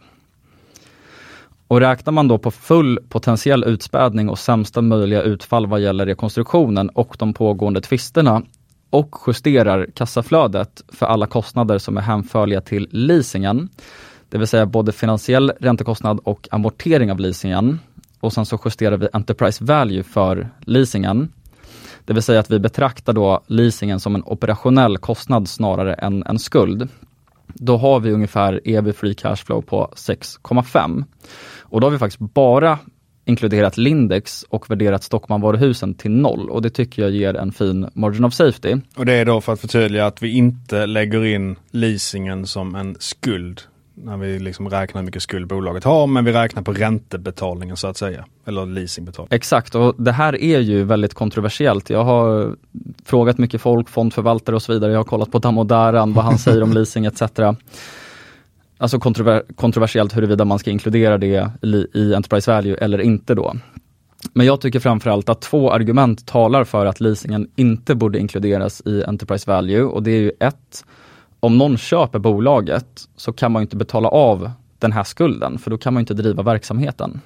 Och räknar man då på full potentiell utspädning och sämsta möjliga utfall vad gäller rekonstruktionen och de pågående tvisterna och justerar kassaflödet för alla kostnader som är hänförliga till leasingen, det vill säga både finansiell räntekostnad och amortering av leasingen, och sen så justerar vi enterprise value för leasingen. Det vill säga att vi betraktar då leasingen som en operationell kostnad snarare än en skuld. Då har vi ungefär E V free cash flow på sex komma fem. Och då har vi faktiskt bara inkluderat Lindex och värderat Stockmann-varuhusen till noll. Och det tycker jag ger en fin margin of safety. Och det är då för att förtydliga att vi inte lägger in leasingen som en skuld. När vi liksom räknar hur mycket skuld bolaget har, men vi räknar på räntebetalningen så att säga. Eller leasingbetalning. Exakt, och det här är ju väldigt kontroversiellt. Jag har frågat mycket folk, fondförvaltare och så vidare. Jag har kollat på Damodaran, vad han säger om leasing et cetera. Alltså kontrover- kontroversiellt huruvida man ska inkludera det i, i enterprise value eller inte då. Men jag tycker framförallt att två argument talar för att leasingen inte borde inkluderas i enterprise value. Och det är ju ett, om någon köper bolaget så kan man ju inte betala av den här skulden, för då kan man ju inte driva verksamheten.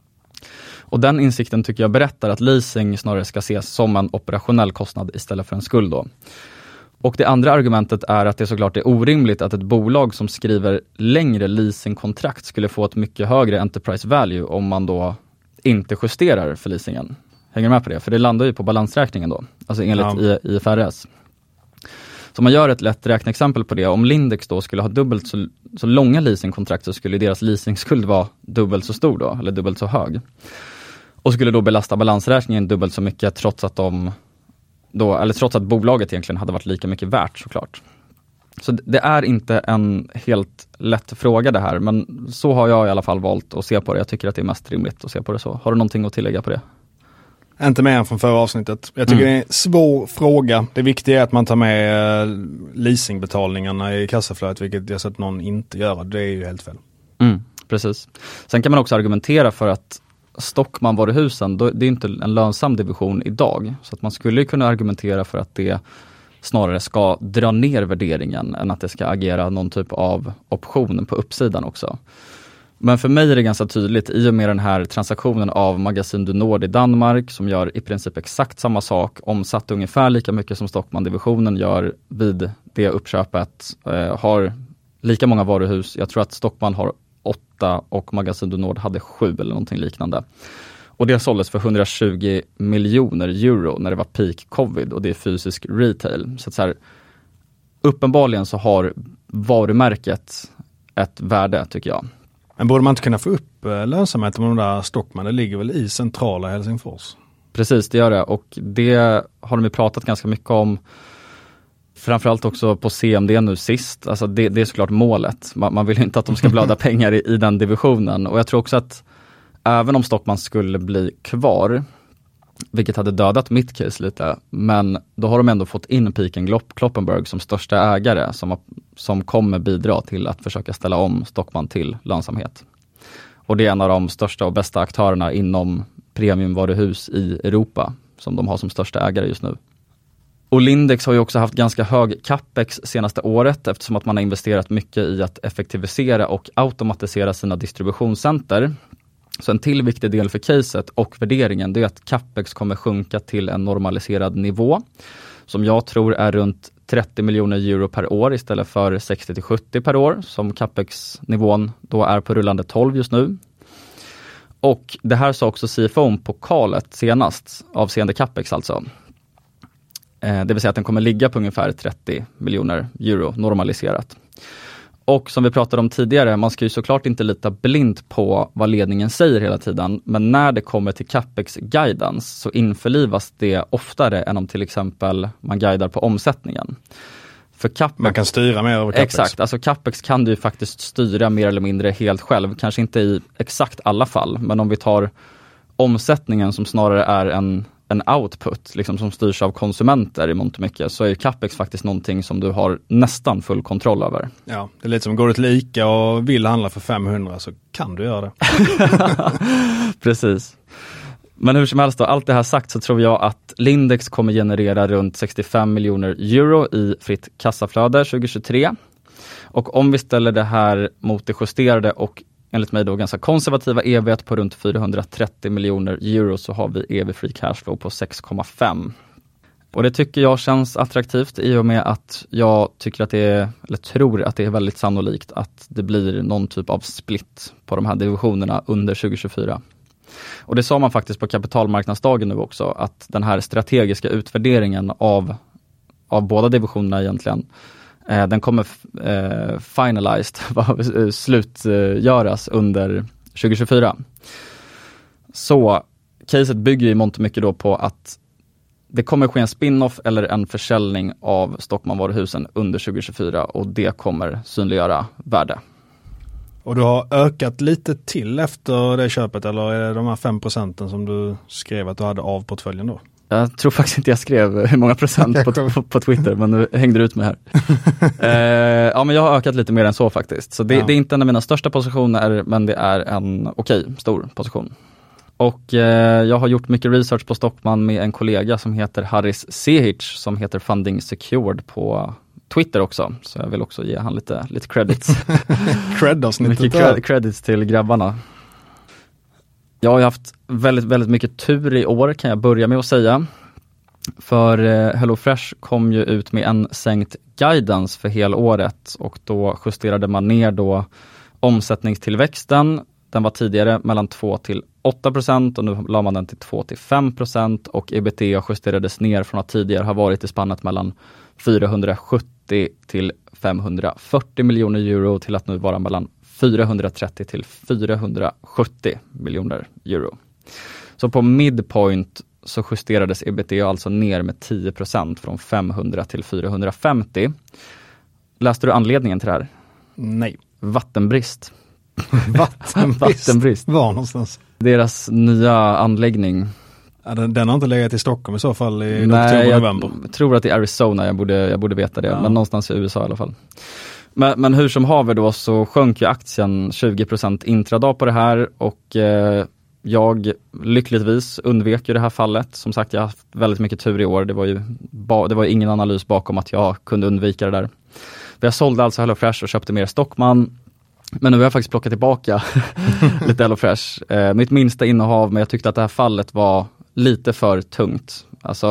Och den insikten tycker jag berättar att leasing snarare ska ses som en operationell kostnad istället för en skuld då. Och det andra argumentet är att det såklart är orimligt att ett bolag som skriver längre leasingkontrakt skulle få ett mycket högre enterprise value om man då inte justerar för leasingen. Hänger med på det? För det landar ju på balansräkningen då, alltså enligt ja. I F R S. Så om man gör ett lätt räkneexempel på det, om Lindex då skulle ha dubbelt så, så långa leasingkontrakt så skulle deras leasingskuld vara dubbelt så stor då, eller dubbelt så hög. Och skulle då belasta balansräkningen dubbelt så mycket trots att de då, eller trots att bolaget egentligen hade varit lika mycket värt såklart. Så det är inte en helt lätt fråga det här, men så har jag i alla fall valt att se på det. Jag tycker att det är mest rimligt att se på det så. Har du någonting att tillägga på det? Inte mer än från förra avsnittet. Jag tycker mm. det är en svår fråga. Det viktiga är att man tar med leasingbetalningarna i kassaflödet, vilket jag sett någon inte göra. Det är ju helt fel. Mm, precis. Sen kan man också argumentera för att Stockmann-varuhusen, det är inte en lönsam division idag. Så att man skulle kunna argumentera för att det snarare ska dra ner värderingen än att det ska agera någon typ av option på uppsidan också. Men för mig är det ganska tydligt i och med den här transaktionen av Magasin du Nord i Danmark som gör i princip exakt samma sak, omsatt ungefär lika mycket som Stockmann-divisionen gör vid det uppköpet, eh, har lika många varuhus. Jag tror att Stockmann har åtta och Magasin du Nord hade sju eller någonting liknande. Och det såldes för hundratjugo miljoner euro när det var peak covid och det är fysisk retail. Så att så här, uppenbarligen så har varumärket ett värde tycker jag. Men borde man inte kunna få upp lönsamheten med de där Stockmann? Det ligger väl i centrala Helsingfors? Precis, det gör det. Och det har de ju pratat ganska mycket om. Framförallt också på C M D nu sist. Alltså det, det är såklart målet. Man, man vill inte att de ska blöda pengar i, i den divisionen. Och jag tror också att även om Stockmann skulle bli kvar, vilket hade dödat mitt case lite, men då har de ändå fått in Piken Kloppenberg som största ägare som, som kommer bidra till att försöka ställa om Stockmann till lönsamhet. Och det är en av de största och bästa aktörerna inom premiumvaruhus i Europa. som de har som största ägare just nu. Och Lindex har ju också haft ganska hög capex senaste året eftersom att man har investerat mycket i att effektivisera och automatisera sina distributionscenter. Så en till viktig del för caset och värderingen, det är att capex kommer sjunka till en normaliserad nivå som jag tror är runt trettio miljoner euro per år istället för sextio till sjuttio per år som capex-nivån då är på rullande tolv just nu. Och det här sa också C F O på kalet senast avseende capex alltså. Eh, det vill säga att den kommer ligga på ungefär trettio miljoner euro normaliserat. Och som vi pratade om tidigare, man ska ju såklart inte lita blint på vad ledningen säger hela tiden. Men när det kommer till capex-guidance så införlivas det oftare än om till exempel man guidar på omsättningen. För capex, man kan styra mer över capex. Exakt, alltså capex kan du ju faktiskt styra mer eller mindre helt själv. Kanske inte i exakt alla fall, men om vi tar omsättningen som snarare är en, en output, liksom som styrs av konsumenter i mångt och mycket, så är ju capex faktiskt någonting som du har nästan full kontroll över. Ja, det är lite som går du till ICA och vill handla för femhundra så kan du göra det. Precis. Men hur som helst då, allt det här sagt så tror jag att Lindex kommer generera runt sextiofem miljoner euro i fritt kassaflöde tjugohundratjugotre. Och om vi ställer det här mot det justerade och enligt mig då ganska konservativa E V på runt fyrahundratrettio miljoner euro så har vi E V free cashflow på sex komma fem. Och det tycker jag känns attraktivt i och med att jag tycker att det är, eller tror att det är väldigt sannolikt att det blir någon typ av split på de här divisionerna under tjugohundratjugofyra. Och det sa man faktiskt på kapitalmarknadsdagen nu också, att den här strategiska utvärderingen av, av båda divisionerna egentligen, eh, den kommer eh, finalized, slutgöras under tjugohundratjugofyra. Så caset bygger i mångt och mycket då på att det kommer ske en spin-off eller en försäljning av Stockmann-varuhusen under tjugohundratjugofyra och det kommer synliggöra värde. Och du har ökat lite till efter det köpet, eller är det de här fem procenten som du skrev att du hade av portföljen då? Jag tror faktiskt inte jag skrev hur många procent på, på, på Twitter, men nu hängde du ut mig här. eh, ja, men jag har ökat lite mer än så faktiskt. Så det, ja. det är inte en av mina största positioner, men det är en okej, stor position. Och eh, jag har gjort mycket research på Stockmann med en kollega som heter Haris Sehic, som heter Funding Secured på Twitter också, så jag vill också ge han lite, lite credits. Mycket cred, credits till grabbarna. Jag har haft väldigt, väldigt mycket tur i år kan jag börja med att säga. För eh, HelloFresh kom ju ut med en sänkt guidance för hela året och då justerade man ner då omsättningstillväxten. Den var tidigare mellan två till åtta procent och nu la man den till två till fem procent och EBITDA justerades ner från att tidigare ha varit i spannet mellan fyrahundrasjuttio till femhundrafyrtio miljoner euro till att nu vara mellan fyrahundratrettio till fyrahundrasjuttio miljoner euro. Så på midpoint så justerades EBITDA alltså ner med tio procent från femhundra till fyrahundrafemtio. Läste du anledningen till det här? Nej. Vattenbrist. Vattenbrist? Vattenbrist. Var någonstans? Deras nya anläggning. Ja, den, den har inte legat i Stockholm i så fall i Nej, oktober-november. Jag tror att det är Arizona, jag borde, jag borde veta det. Ja. Men någonstans i U S A i alla fall. Men, men hur som haver då så sjönk ju aktien tjugo procent intradag på det här och eh, jag lyckligtvis undvek ju det här fallet. Som sagt, jag har haft väldigt mycket tur i år. Det var ju ba, det var ingen analys bakom att jag kunde undvika det där. Jag sålde alltså HelloFresh och köpte mer Stockmann. Men nu har jag faktiskt plockat tillbaka lite HelloFresh. Eh, mitt minsta innehav, men jag tyckte att det här fallet var lite för tungt. Alltså,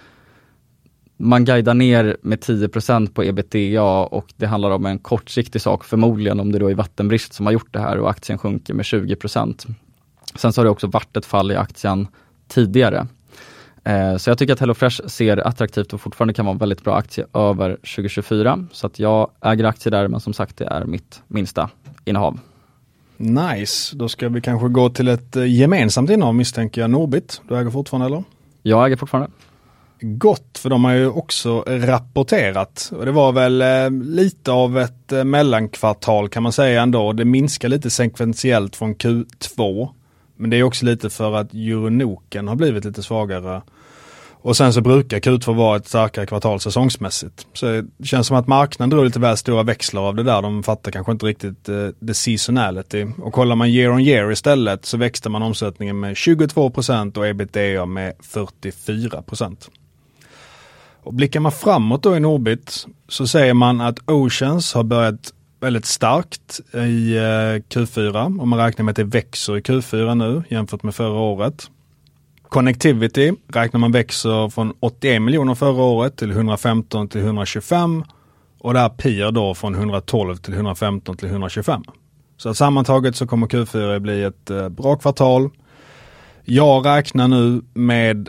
man guidar ner med tio procent på EBITDA och det handlar om en kortsiktig sak förmodligen om det då är vattenbrist som har gjort det här och aktien sjunker med tjugo procent. Sen så har det också varit ett fall i aktien tidigare. Eh, så jag tycker att HelloFresh ser attraktivt och fortfarande kan vara en väldigt bra aktie över tjugohundratjugofyra. Så att jag äger aktier där, men som sagt det är mitt minsta innehav. Nice, då ska vi kanske gå till ett gemensamt innehav misstänker jag. Norbit, du äger fortfarande eller? Jag äger fortfarande. Gott, för de har ju också rapporterat och det var väl eh, lite av ett eh, mellankvartal kan man säga ändå. Det minskar lite sekventiellt från Q två, men det är också lite för att Euronoken har blivit lite svagare Och sen så brukar Q två vara ett starkare kvartal säsongsmässigt. Så det känns som att marknaden drar lite väl stora växlar av det där. De fattar kanske inte riktigt uh, the seasonality. Och kollar man year on year istället så växte man omsättningen med tjugotvå procent och ebitda med fyrtiofyra procent. Och blickar man framåt då i Norbit så säger man att Oceans har börjat väldigt starkt i uh, Q fyra. Och man räknar med att det växer i Q fyra nu jämfört med förra året. Connectivity räknar man växer från åttioen miljoner förra året till hundrafemton till hundratjugofem och där P I R då från hundratolv till hundrafemton till hundratjugofem. Så sammantaget så kommer Q fyra bli ett eh, bra kvartal. Jag räknar nu med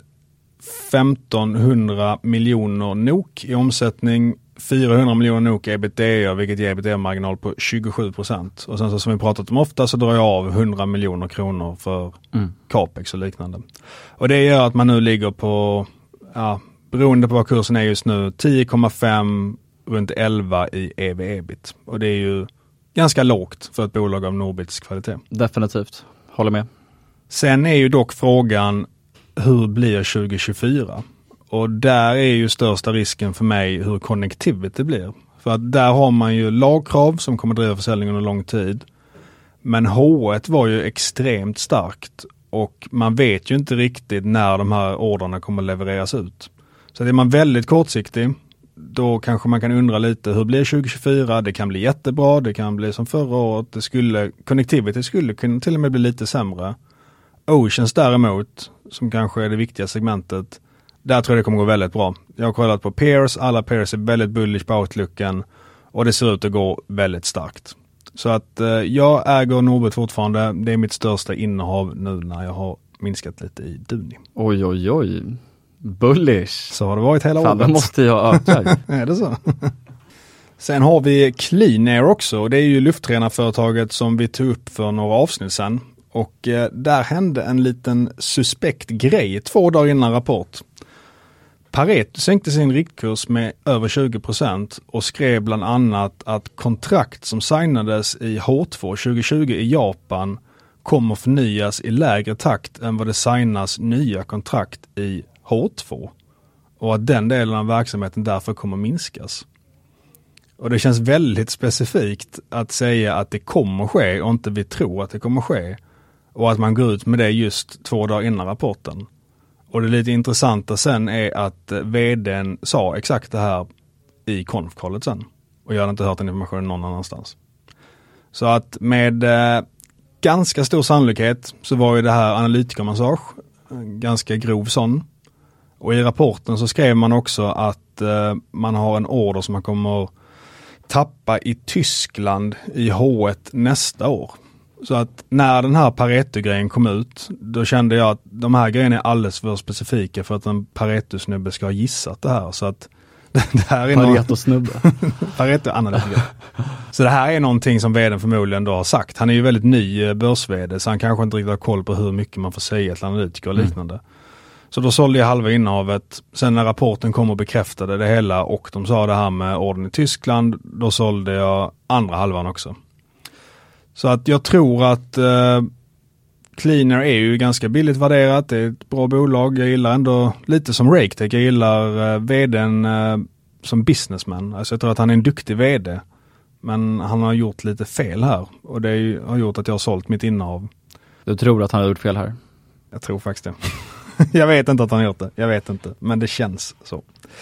femtonhundra miljoner NOK i omsättning, fyrahundra miljoner NOK i ebitda, vilket ger ebitda-marginal på tjugosju procent. Och sen så som vi pratat om ofta så drar jag av hundra miljoner kronor för mm. capex och liknande. Och det gör att man nu ligger på, ja, beroende på vad kursen är just nu, tio komma fem runt elva i E V-ebit. Och det är ju ganska lågt för ett bolag av Norbits kvalitet. Definitivt, håller med. Sen är ju dock frågan, hur blir tjugo tjugofyra? Och där är ju största risken för mig hur connectivity blir. För att där har man ju lagkrav som kommer driva försäljningen under lång tid. Men H ett var ju extremt starkt och man vet ju inte riktigt när de här orderna kommer levereras ut. Så är man väldigt kortsiktig, då kanske man kan undra lite, hur blir tjugo tjugofyra? Det kan bli jättebra, det kan bli som förra året. Det skulle, connectivity skulle kunna till och med bli lite sämre. Oceans däremot, som kanske är det viktiga segmentet, där tror jag det kommer gå väldigt bra. Jag har kollat på peers, alla peers är väldigt bullish på outlooken och det ser ut att gå väldigt starkt. Så att eh, jag äger Norbit fortfarande, det är mitt största innehav nu när jag har minskat lite i Duni. Oj oj oj, bullish. Så har det varit hela Fan, året. Fan, måste jag öka. Är det så? Sen har vi Clean Air också och det är ju luftrenarföretaget som vi tog upp för några avsnitt sedan. Och eh, där hände en liten suspekt grej två dagar innan rapport. Pareto sänkte sin riktkurs med över tjugo procent och skrev bland annat att kontrakt som signades i H två tjugo tjugo i Japan kommer förnyas i lägre takt än vad det signas nya kontrakt i H två. Och att den delen av verksamheten därför kommer minskas. Och det känns väldigt specifikt att säga att det kommer ske och inte vi tror att det kommer ske. Och att man går ut med det just två dagar innan rapporten. Och det lite intressanta sen är att vdn sa exakt det här i konfkollet sen. Och jag hade inte hört den informationen någon annanstans. Så att med eh, ganska stor sannolikhet så var ju det här analytikermassage ganska grov sån. Och i rapporten så skrev man också att eh, man har en order som man kommer tappa i Tyskland i H ett nästa år. Så att när den här Pareto-grejen kom ut, då kände jag att de här grejerna är alldeles för specifika för att en Pareto-snubbe ska ha gissat det här. Så att det här är Pareto-snubbe. Pareto-analytiker. Så det här är någonting som vdn förmodligen då har sagt. Han är ju väldigt ny börs-vd så han kanske inte riktigt har koll på hur mycket man får säga till analytiker och liknande. Mm. Så då sålde jag halva innehavet. Sen när rapporten kom och bekräftade det hela och de sa det här med orden i Tyskland, då sålde jag andra halvan också. Så att jag tror att eh, Clean Air är ju ganska billigt värderat. Det är ett bra bolag. Jag gillar ändå lite som Raketech. Jag gillar eh, vdn eh, som businessman. Alltså jag tror att han är en duktig vd. Men han har gjort lite fel här. Och det är, har gjort att jag har sålt mitt innehav. Du tror att han har gjort fel här? Jag tror faktiskt det. Jag vet inte att han har gjort det. Jag vet inte. Men det känns så.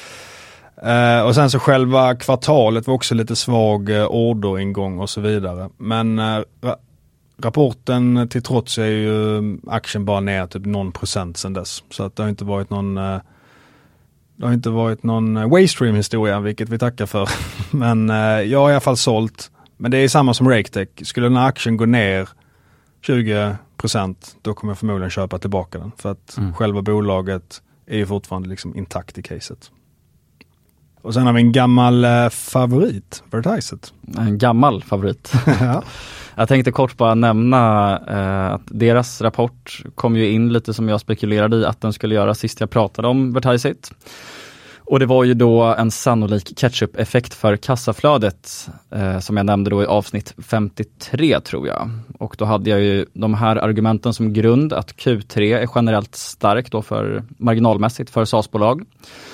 Uh, och sen så själva kvartalet var också lite svag uh, orderingång och så vidare. Men uh, ra- rapporten till trots är ju uh, aktien bara ner typ någon procent sedan dess. Så att det har inte varit någon uh, det har inte varit någon uh, Waystream historia, vilket vi tackar för. Men uh, jag har i alla fall sålt. Men det är samma som Raketech. Skulle den här aktien gå ner tjugo procent då kommer jag förmodligen köpa tillbaka den. För att mm. själva bolaget är ju fortfarande liksom intakt i caset. Och sen har vi en gammal eh, favorit, Vertiseit. En gammal favorit. Ja. Jag tänkte kort bara nämna eh, att deras rapport kom ju in lite som jag spekulerade i att den skulle göra sist jag pratade om Vertiseit. Och det var ju då en sannolik catch-up-effekt för kassaflödet eh, som jag nämnde då i avsnitt femtiotre tror jag. Och då hade jag ju de här argumenten som grund att Q tre är generellt stark då för marginalmässigt för SaaS-bolag.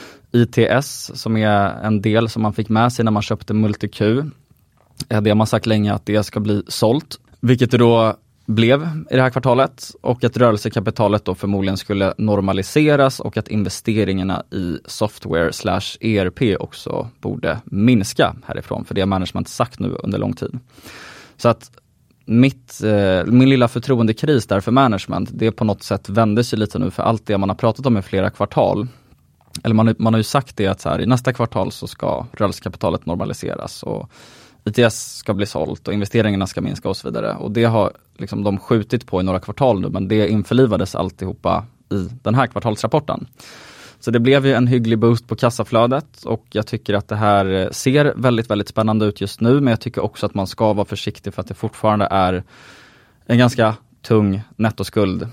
I T S som är en del som man fick med sig när man köpte MultiQ. Det har man sagt länge att det ska bli sålt. Vilket det då blev i det här kvartalet och att rörelsekapitalet då förmodligen skulle normaliseras och att investeringarna i software slash E R P också borde minska härifrån. För det har management sagt nu under lång tid. Så att mitt, eh, min lilla förtroendekris där för management, det på något sätt vände sig lite nu för allt det man har pratat om i flera kvartal. Eller man, man har ju sagt det att så här, i nästa kvartal så ska rörelsekapitalet normaliseras och I T S ska bli sålt och investeringarna ska minska och så vidare. Och det har liksom de skjutit på i några kvartal nu, men det införlivades alltihopa i den här kvartalsrapporten. Så det blev ju en hygglig boost på kassaflödet och jag tycker att det här ser väldigt, väldigt spännande ut just nu. Men jag tycker också att man ska vara försiktig för att det fortfarande är en ganska tung nettoskuld.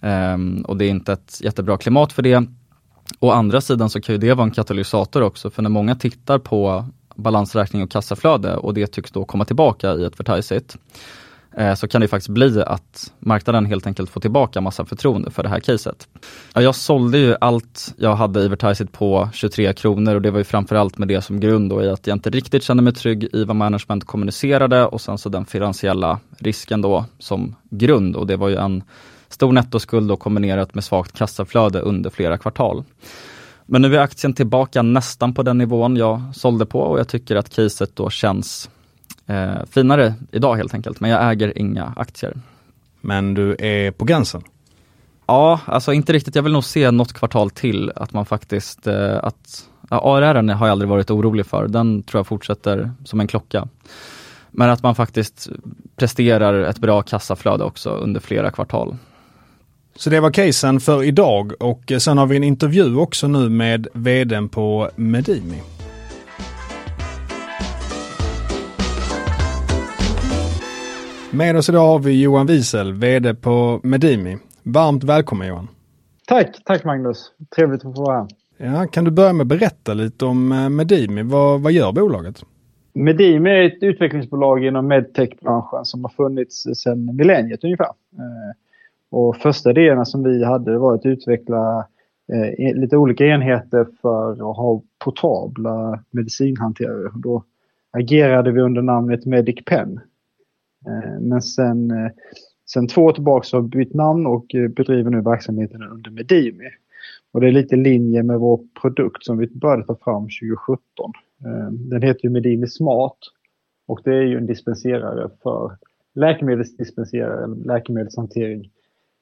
Um, och det är inte ett jättebra klimat för det. Å andra sidan så kan ju det vara en katalysator också, för när många tittar på balansräkning och kassaflöde och det tycks då komma tillbaka i Advertiseit, eh, så kan det faktiskt bli att marknaden helt enkelt får tillbaka massa förtroende för det här caset. Ja, jag sålde ju allt jag hade i Advertiseit på tjugotre kronor och det var ju framförallt med det som grund då i att jag inte riktigt kände mig trygg i vad management kommunicerade och sen så den finansiella risken då som grund, och det var ju en stor nettoskuld då kombinerat med svagt kassaflöde under flera kvartal. Men nu är aktien tillbaka nästan på den nivån jag sålde på och jag tycker att caset då känns eh, finare idag helt enkelt. Men jag äger inga aktier. Men du är på gränsen? Ja, alltså inte riktigt. Jag vill nog se något kvartal till att man faktiskt, eh, att ja, A R R har jag aldrig varit orolig för. Den tror jag fortsätter som en klocka. Men att man faktiskt presterar ett bra kassaflöde också under flera kvartal. Så det var casen för idag och sen har vi en intervju också nu med vdn på Medimi. Med oss idag har vi Johan Wiesel, vd på Medimi. Varmt välkommen Johan. Tack, tack Magnus. Trevligt att få vara här. Ja, kan du börja med att berätta lite om Medimi? Vad, vad gör bolaget? Medimi är ett utvecklingsbolag inom medtech-branschen som har funnits sedan millenniet ungefär. Och första idéerna som vi hade var att utveckla eh, lite olika enheter för att ha portabla medicinhanterare. Då agerade vi under namnet MedicPen. Eh, men sen, eh, sen två år tillbaka så har vi bytt namn och eh, bedriver nu verksamheten under Medimi. Och det är lite i linje med vår produkt som vi började ta fram tjugo sjutton. Eh, den heter ju Medimi Smart och det är ju en dispenserare för läkemedelsdispenserare, läkemedelshantering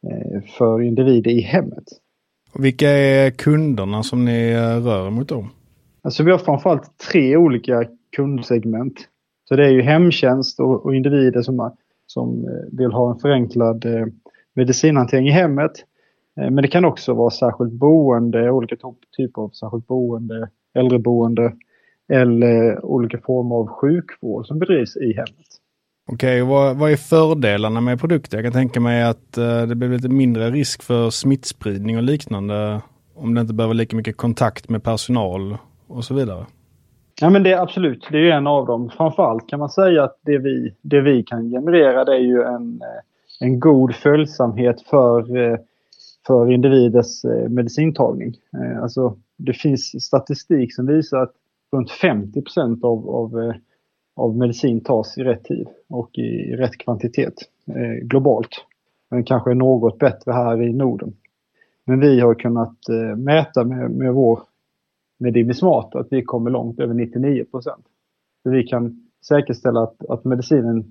för individer i hemmet. Och vilka är kunderna som ni rör mot då? Alltså vi har framförallt tre olika kundsegment. Så det är ju hemtjänst och, och individer som, som vill ha en förenklad eh, medicinhantering i hemmet. Eh, men det kan också vara särskilt boende, olika typer av särskilt boende, äldreboende eller olika former av sjukvård som bedrivs i hemmet. Okej, och vad, vad är fördelarna med produkter? Jag kan tänka mig att uh, det blir lite mindre risk för smittspridning och liknande om det inte behöver lika mycket kontakt med personal och så vidare. Ja, men det är absolut, det är ju en av dem. Framförallt kan man säga att det vi, det vi kan generera det är ju en, en god följsamhet för, för individers medicintagning. Alltså det finns statistik som visar att runt femtio procent av, av av medicin tas i rätt tid och i, i rätt kvantitet eh, globalt. Men kanske är något bättre här i Norden. Men vi har kunnat eh, mäta med, med vår Medimi Smart att vi kommer långt över nittionio procent. Så vi kan säkerställa att, att medicinen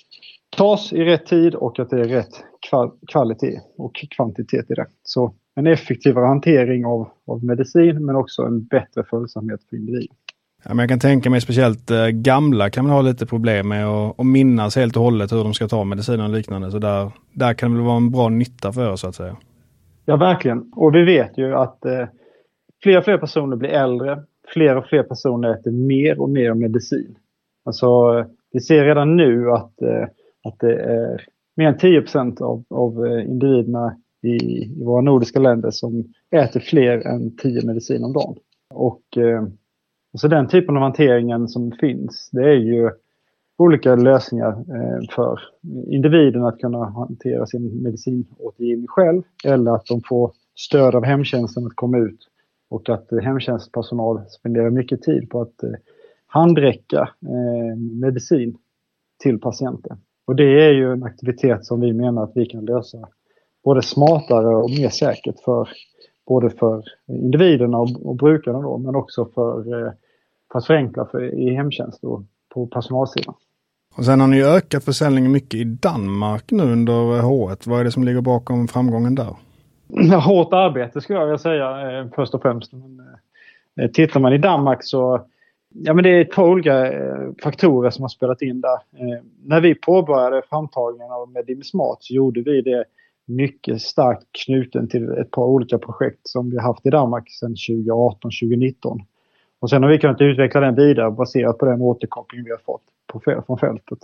tas i rätt tid och att det är rätt kval- kvalitet och kvantitet i det. Så en effektivare hantering av, av medicin men också en bättre följsamhet för individen. Ja, men jag kan tänka mig speciellt eh, gamla kan man ha lite problem med att, att minnas helt och hållet hur de ska ta mediciner och liknande. Så där, där kan det väl vara en bra nytta för er så att säga. Ja, verkligen. Och vi vet ju att eh, fler och fler personer blir äldre. Fler och fler personer äter mer och mer medicin. Alltså, vi ser redan nu att, eh, att det är mer än tio procent av, av individerna i, i våra nordiska länder som äter fler än tio medicin om dagen. Och, och så den typen av hanteringen som finns, det är ju olika lösningar för individen att kunna hantera sin medicinåtergivning själv, eller att de får stöd av hemtjänsten att komma ut, och att hemtjänstpersonal spenderar mycket tid på att handräcka medicin till patienter. Och det är ju en aktivitet som vi menar att vi kan lösa både smartare och mer säkert för både för individerna och, och brukarna då, men också för, för att förenkla för, i hemtjänst och på personalsidan. Och sen har ni ju ökat försäljningen mycket i Danmark nu under H ett. Vad är det som ligger bakom framgången där? Hårt arbete skulle jag vilja säga eh, först och främst. Men, eh, tittar man i Danmark så ja, men det är två olika eh, faktorer som har spelat in där. Eh, när vi påbörjade framtagningen av Medimismart så gjorde vi det mycket starkt knuten till ett par olika projekt som vi har haft i Danmark sedan tjugo arton tjugo nitton. Och sen har vi kunnat utveckla den vidare baserat på den återkoppling vi har fått på, från fältet.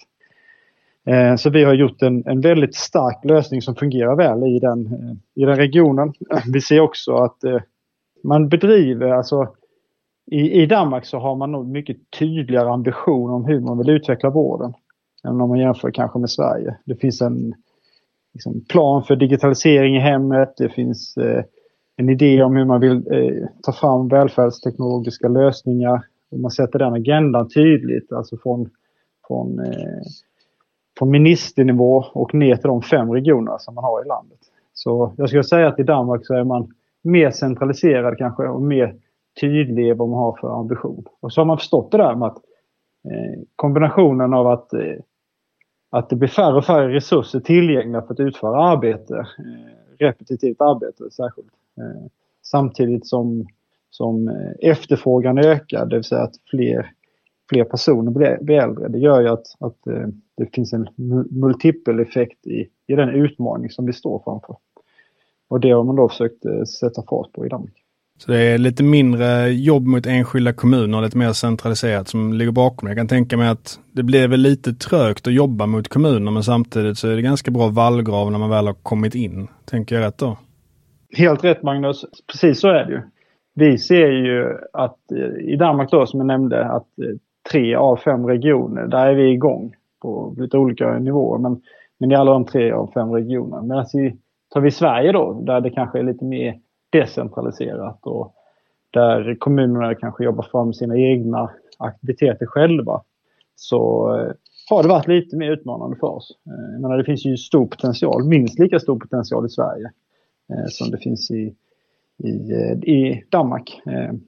Eh, så vi har gjort en, en väldigt stark lösning som fungerar väl i den, eh, i den regionen. Vi ser också att eh, man bedriver, alltså i, i Danmark så har man nog mycket tydligare ambition om hur man vill utveckla vården än om man jämför kanske med Sverige. Det finns en liksom, plan för digitalisering i hemmet, det finns eh, en idé om hur man vill eh, ta fram välfärdsteknologiska lösningar, och man sätter den agendan tydligt, alltså från, från, eh, från ministernivå och ner till de fem regioner som man har i landet. Så jag skulle säga att i Danmark så är man mer centraliserad kanske och mer tydlig vad man har för ambition. Och så har man förstått det där med att eh, kombinationen av att, eh, att det blir färre och färre resurser tillgängliga för att utföra arbete, eh, repetitivt arbete särskilt. Eh, samtidigt som, som efterfrågan ökar, det vill säga att fler, fler personer blir, blir äldre. Det gör ju att, att eh, det finns en multipeleffekt i, i den utmaning som vi står framför. Och det har man då försökt eh, sätta fart på i Danmark. Så det är lite mindre jobb mot enskilda kommuner, lite mer centraliserat som ligger bakom. Jag kan tänka mig att det blir väl lite trögt att jobba mot kommuner, men samtidigt så är det ganska bra vallgrav när man väl har kommit in. Tänker jag rätt då? Helt rätt, Magnus. Precis så är det ju. Vi ser ju att i Danmark då, som jag nämnde, att tre av fem regioner, där är vi igång på lite olika nivåer. Men, men i alla de tre av fem regionerna. Men alltså, tar vi Sverige då, där det kanske är lite mer decentraliserat och där kommunerna kanske jobbar fram sina egna aktiviteter själva, så har det varit lite mer utmanande för oss. Jag menar, det finns ju stor potential, minst lika stor potential i Sverige som det finns i, i, i Danmark.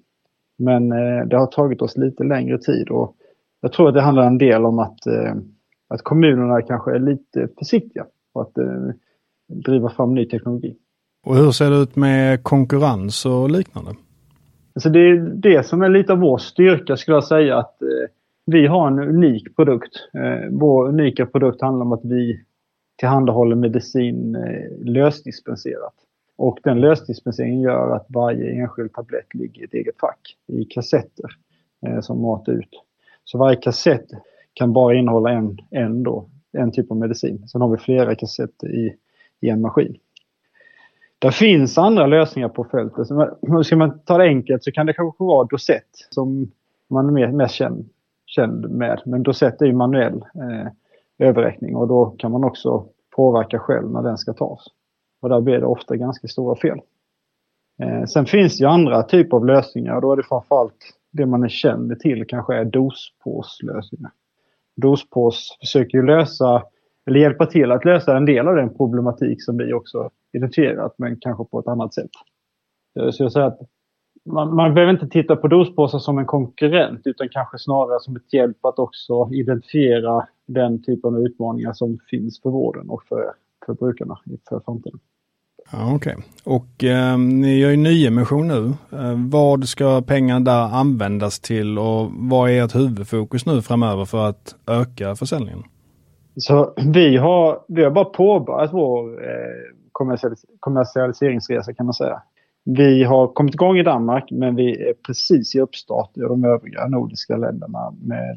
Men det har tagit oss lite längre tid, och jag tror att det handlar en del om att, att kommunerna kanske är lite försiktiga på att driva fram ny teknologi. Och hur ser det ut med konkurrens och liknande? Alltså det är det som är lite av vår styrka, skulle jag säga, att eh, vi har en unik produkt. Eh, vår unika produkt handlar om att vi tillhandahåller medicin eh, lösdispenserat. Och den lösdispenseringen gör att varje enskild tablett ligger i ett eget fack i kassetter eh, som matar ut. Så varje kassett kan bara innehålla en, en, då, en typ av medicin. Sen har vi flera kassetter i, i en maskin. Det finns andra lösningar på fältet. Så ska man ta det enkelt så kan det kanske vara Dosett som man är mest känd, känd med. Men Dosett är ju manuell eh, överräkning, och då kan man också påverka själv när den ska tas. Och där blir det ofta ganska stora fel. Eh, sen finns det ju andra typer av lösningar, och då är det framförallt det man är känd till kanske är dospåslösningar. Dospås försöker ju lösa, eller hjälpa till att lösa en del av den problematik som vi också identifierat, men kanske på ett annat sätt. Så jag säger att man, man behöver inte titta på dospåsar som en konkurrent, utan kanske snarare som ett hjälp att också identifiera den typen av utmaningar som finns för vården och för, för brukarna för framtiden. Ja, okej. Okay. Och eh, ni gör ju nyemission nu. Eh, vad ska pengarna där användas till, och vad är ert huvudfokus nu framöver för att öka försäljningen? Så vi har, vi har bara påbörjat vår eh, kommersialis- kommersialiseringsresa, kan man säga. Vi har kommit igång i Danmark, men vi är precis i uppstart i de övriga nordiska länderna med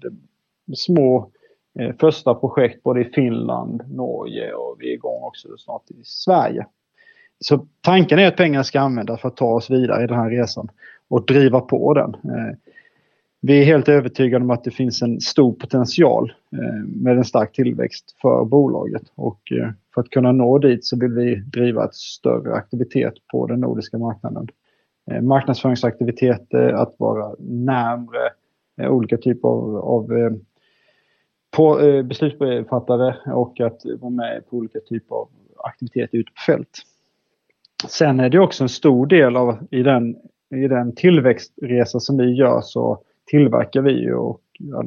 små eh, första projekt både i Finland, Norge, och vi är igång också snart i Sverige. Så tanken är att pengarna ska användas för att ta oss vidare i den här resan. och driva på den. Vi är helt övertygade om att det finns en stor potential med en stark tillväxt för bolaget, och för att kunna nå dit så vill vi driva ett större aktivitet på den nordiska marknaden. Marknadsföringsaktiviteter, att vara närmare olika typer av, av på, beslutsfattare och att vara med på olika typer av aktiviteter ute på fält. Sen är det också en stor del av i den, i den tillväxtresa som vi gör, så tillverkar vi och,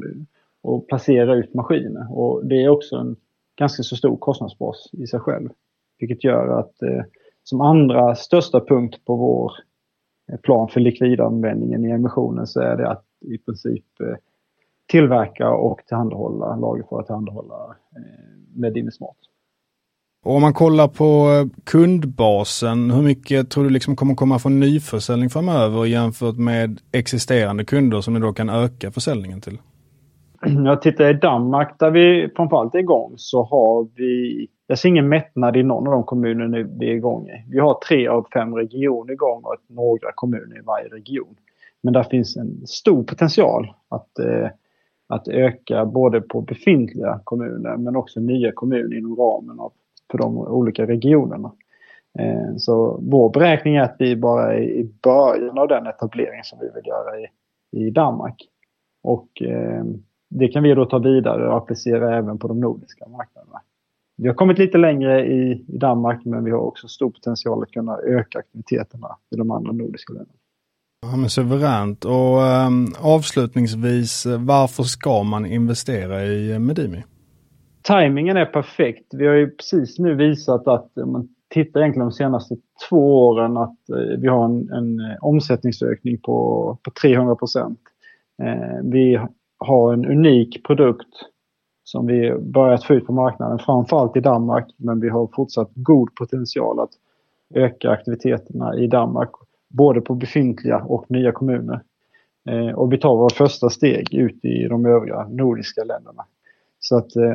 och placerar ut maskiner. Och det är också en ganska så stor kostnadsbas i sig själv. Vilket gör att eh, som andra största punkt på vår plan för likvidanvändningen i emissionen så är det att i princip eh, tillverka och tillhandahålla, lagerföra och tillhandahålla eh, Medimi Smart. Och om man kollar på kundbasen, hur mycket tror du liksom kommer komma från nyförsäljning framöver jämfört med existerande kunder som ni då kan öka försäljningen till? Jag tittar i Danmark där vi framförallt är igång, så har vi, jag ser ingen mättnad i någon av de kommuner vi är igång i. Vi har tre av fem regioner igång och några kommuner i varje region. Men där finns en stor potential att, eh, att öka både på befintliga kommuner men också nya kommuner inom ramen av för de olika regionerna. Eh, så vår beräkning är att vi bara är i början av den etablering som vi vill göra i, i Danmark. Och eh, det kan vi då ta vidare och applicera även på de nordiska marknaderna. Vi har kommit lite längre i, i Danmark, men vi har också stor potential att kunna öka aktiviteterna i de andra nordiska länderna. Ja, men suveränt. Och um, avslutningsvis, varför ska man investera i Medimi? Timingen är perfekt. Vi har ju precis nu visat att om man tittar egentligen de senaste två åren att eh, vi har en, en omsättningsökning på, på trehundra procent. Eh, vi har en unik produkt som vi börjat få ut på marknaden, framförallt i Danmark, men vi har fortsatt god potential att öka aktiviteterna i Danmark, både på befintliga och nya kommuner. Eh, och vi tar våra första steg ut i de övriga nordiska länderna. Så att eh,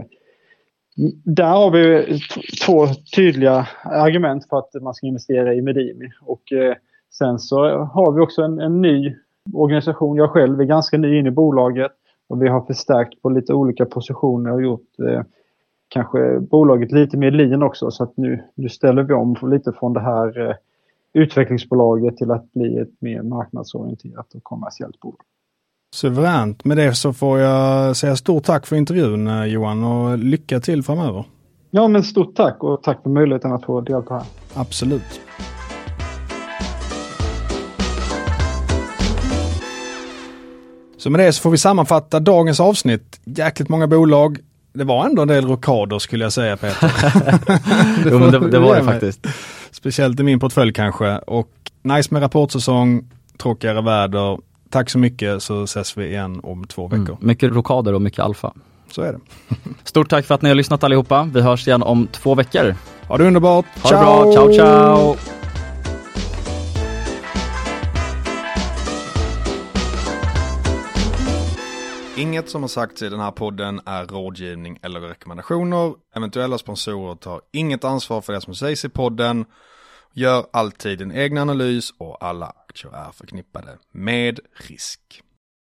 där har vi t- två tydliga argument för att man ska investera i Medimi. Och eh, sen så har vi också en, en ny organisation. Jag själv är ganska ny in i bolaget och vi har förstärkt på lite olika positioner och gjort eh, kanske bolaget lite mer lean också. Så att nu, nu ställer vi om lite från det här eh, utvecklingsbolaget till att bli ett mer marknadsorienterat och kommersiellt bolag. Suveränt. Med det så får jag säga stort tack för intervjun, Johan, och lycka till framöver. Ja, men stort tack och tack för möjligheten att få delta här. Absolut. Så med det så får vi sammanfatta dagens avsnitt. Jäkligt många bolag. Det var ändå en del rockader skulle jag säga, Peter. Jo, men det, det var det faktiskt. Speciellt i min portfölj kanske. Och nice med rapportsäsong, tråkigare väder. Tack så mycket, så ses vi igen om två veckor. Mm, mycket rockader och mycket alfa. Så är det. Stort tack för att ni har lyssnat allihopa. Vi hörs igen om två veckor. Ha det underbart. Ha det bra. Ciao, ciao. Inget som har sagts i den här podden är rådgivning eller rekommendationer. Eventuella sponsorer tar inget ansvar för det som sägs i podden. Gör alltid en egen analys och alla aktier är förknippade med risk.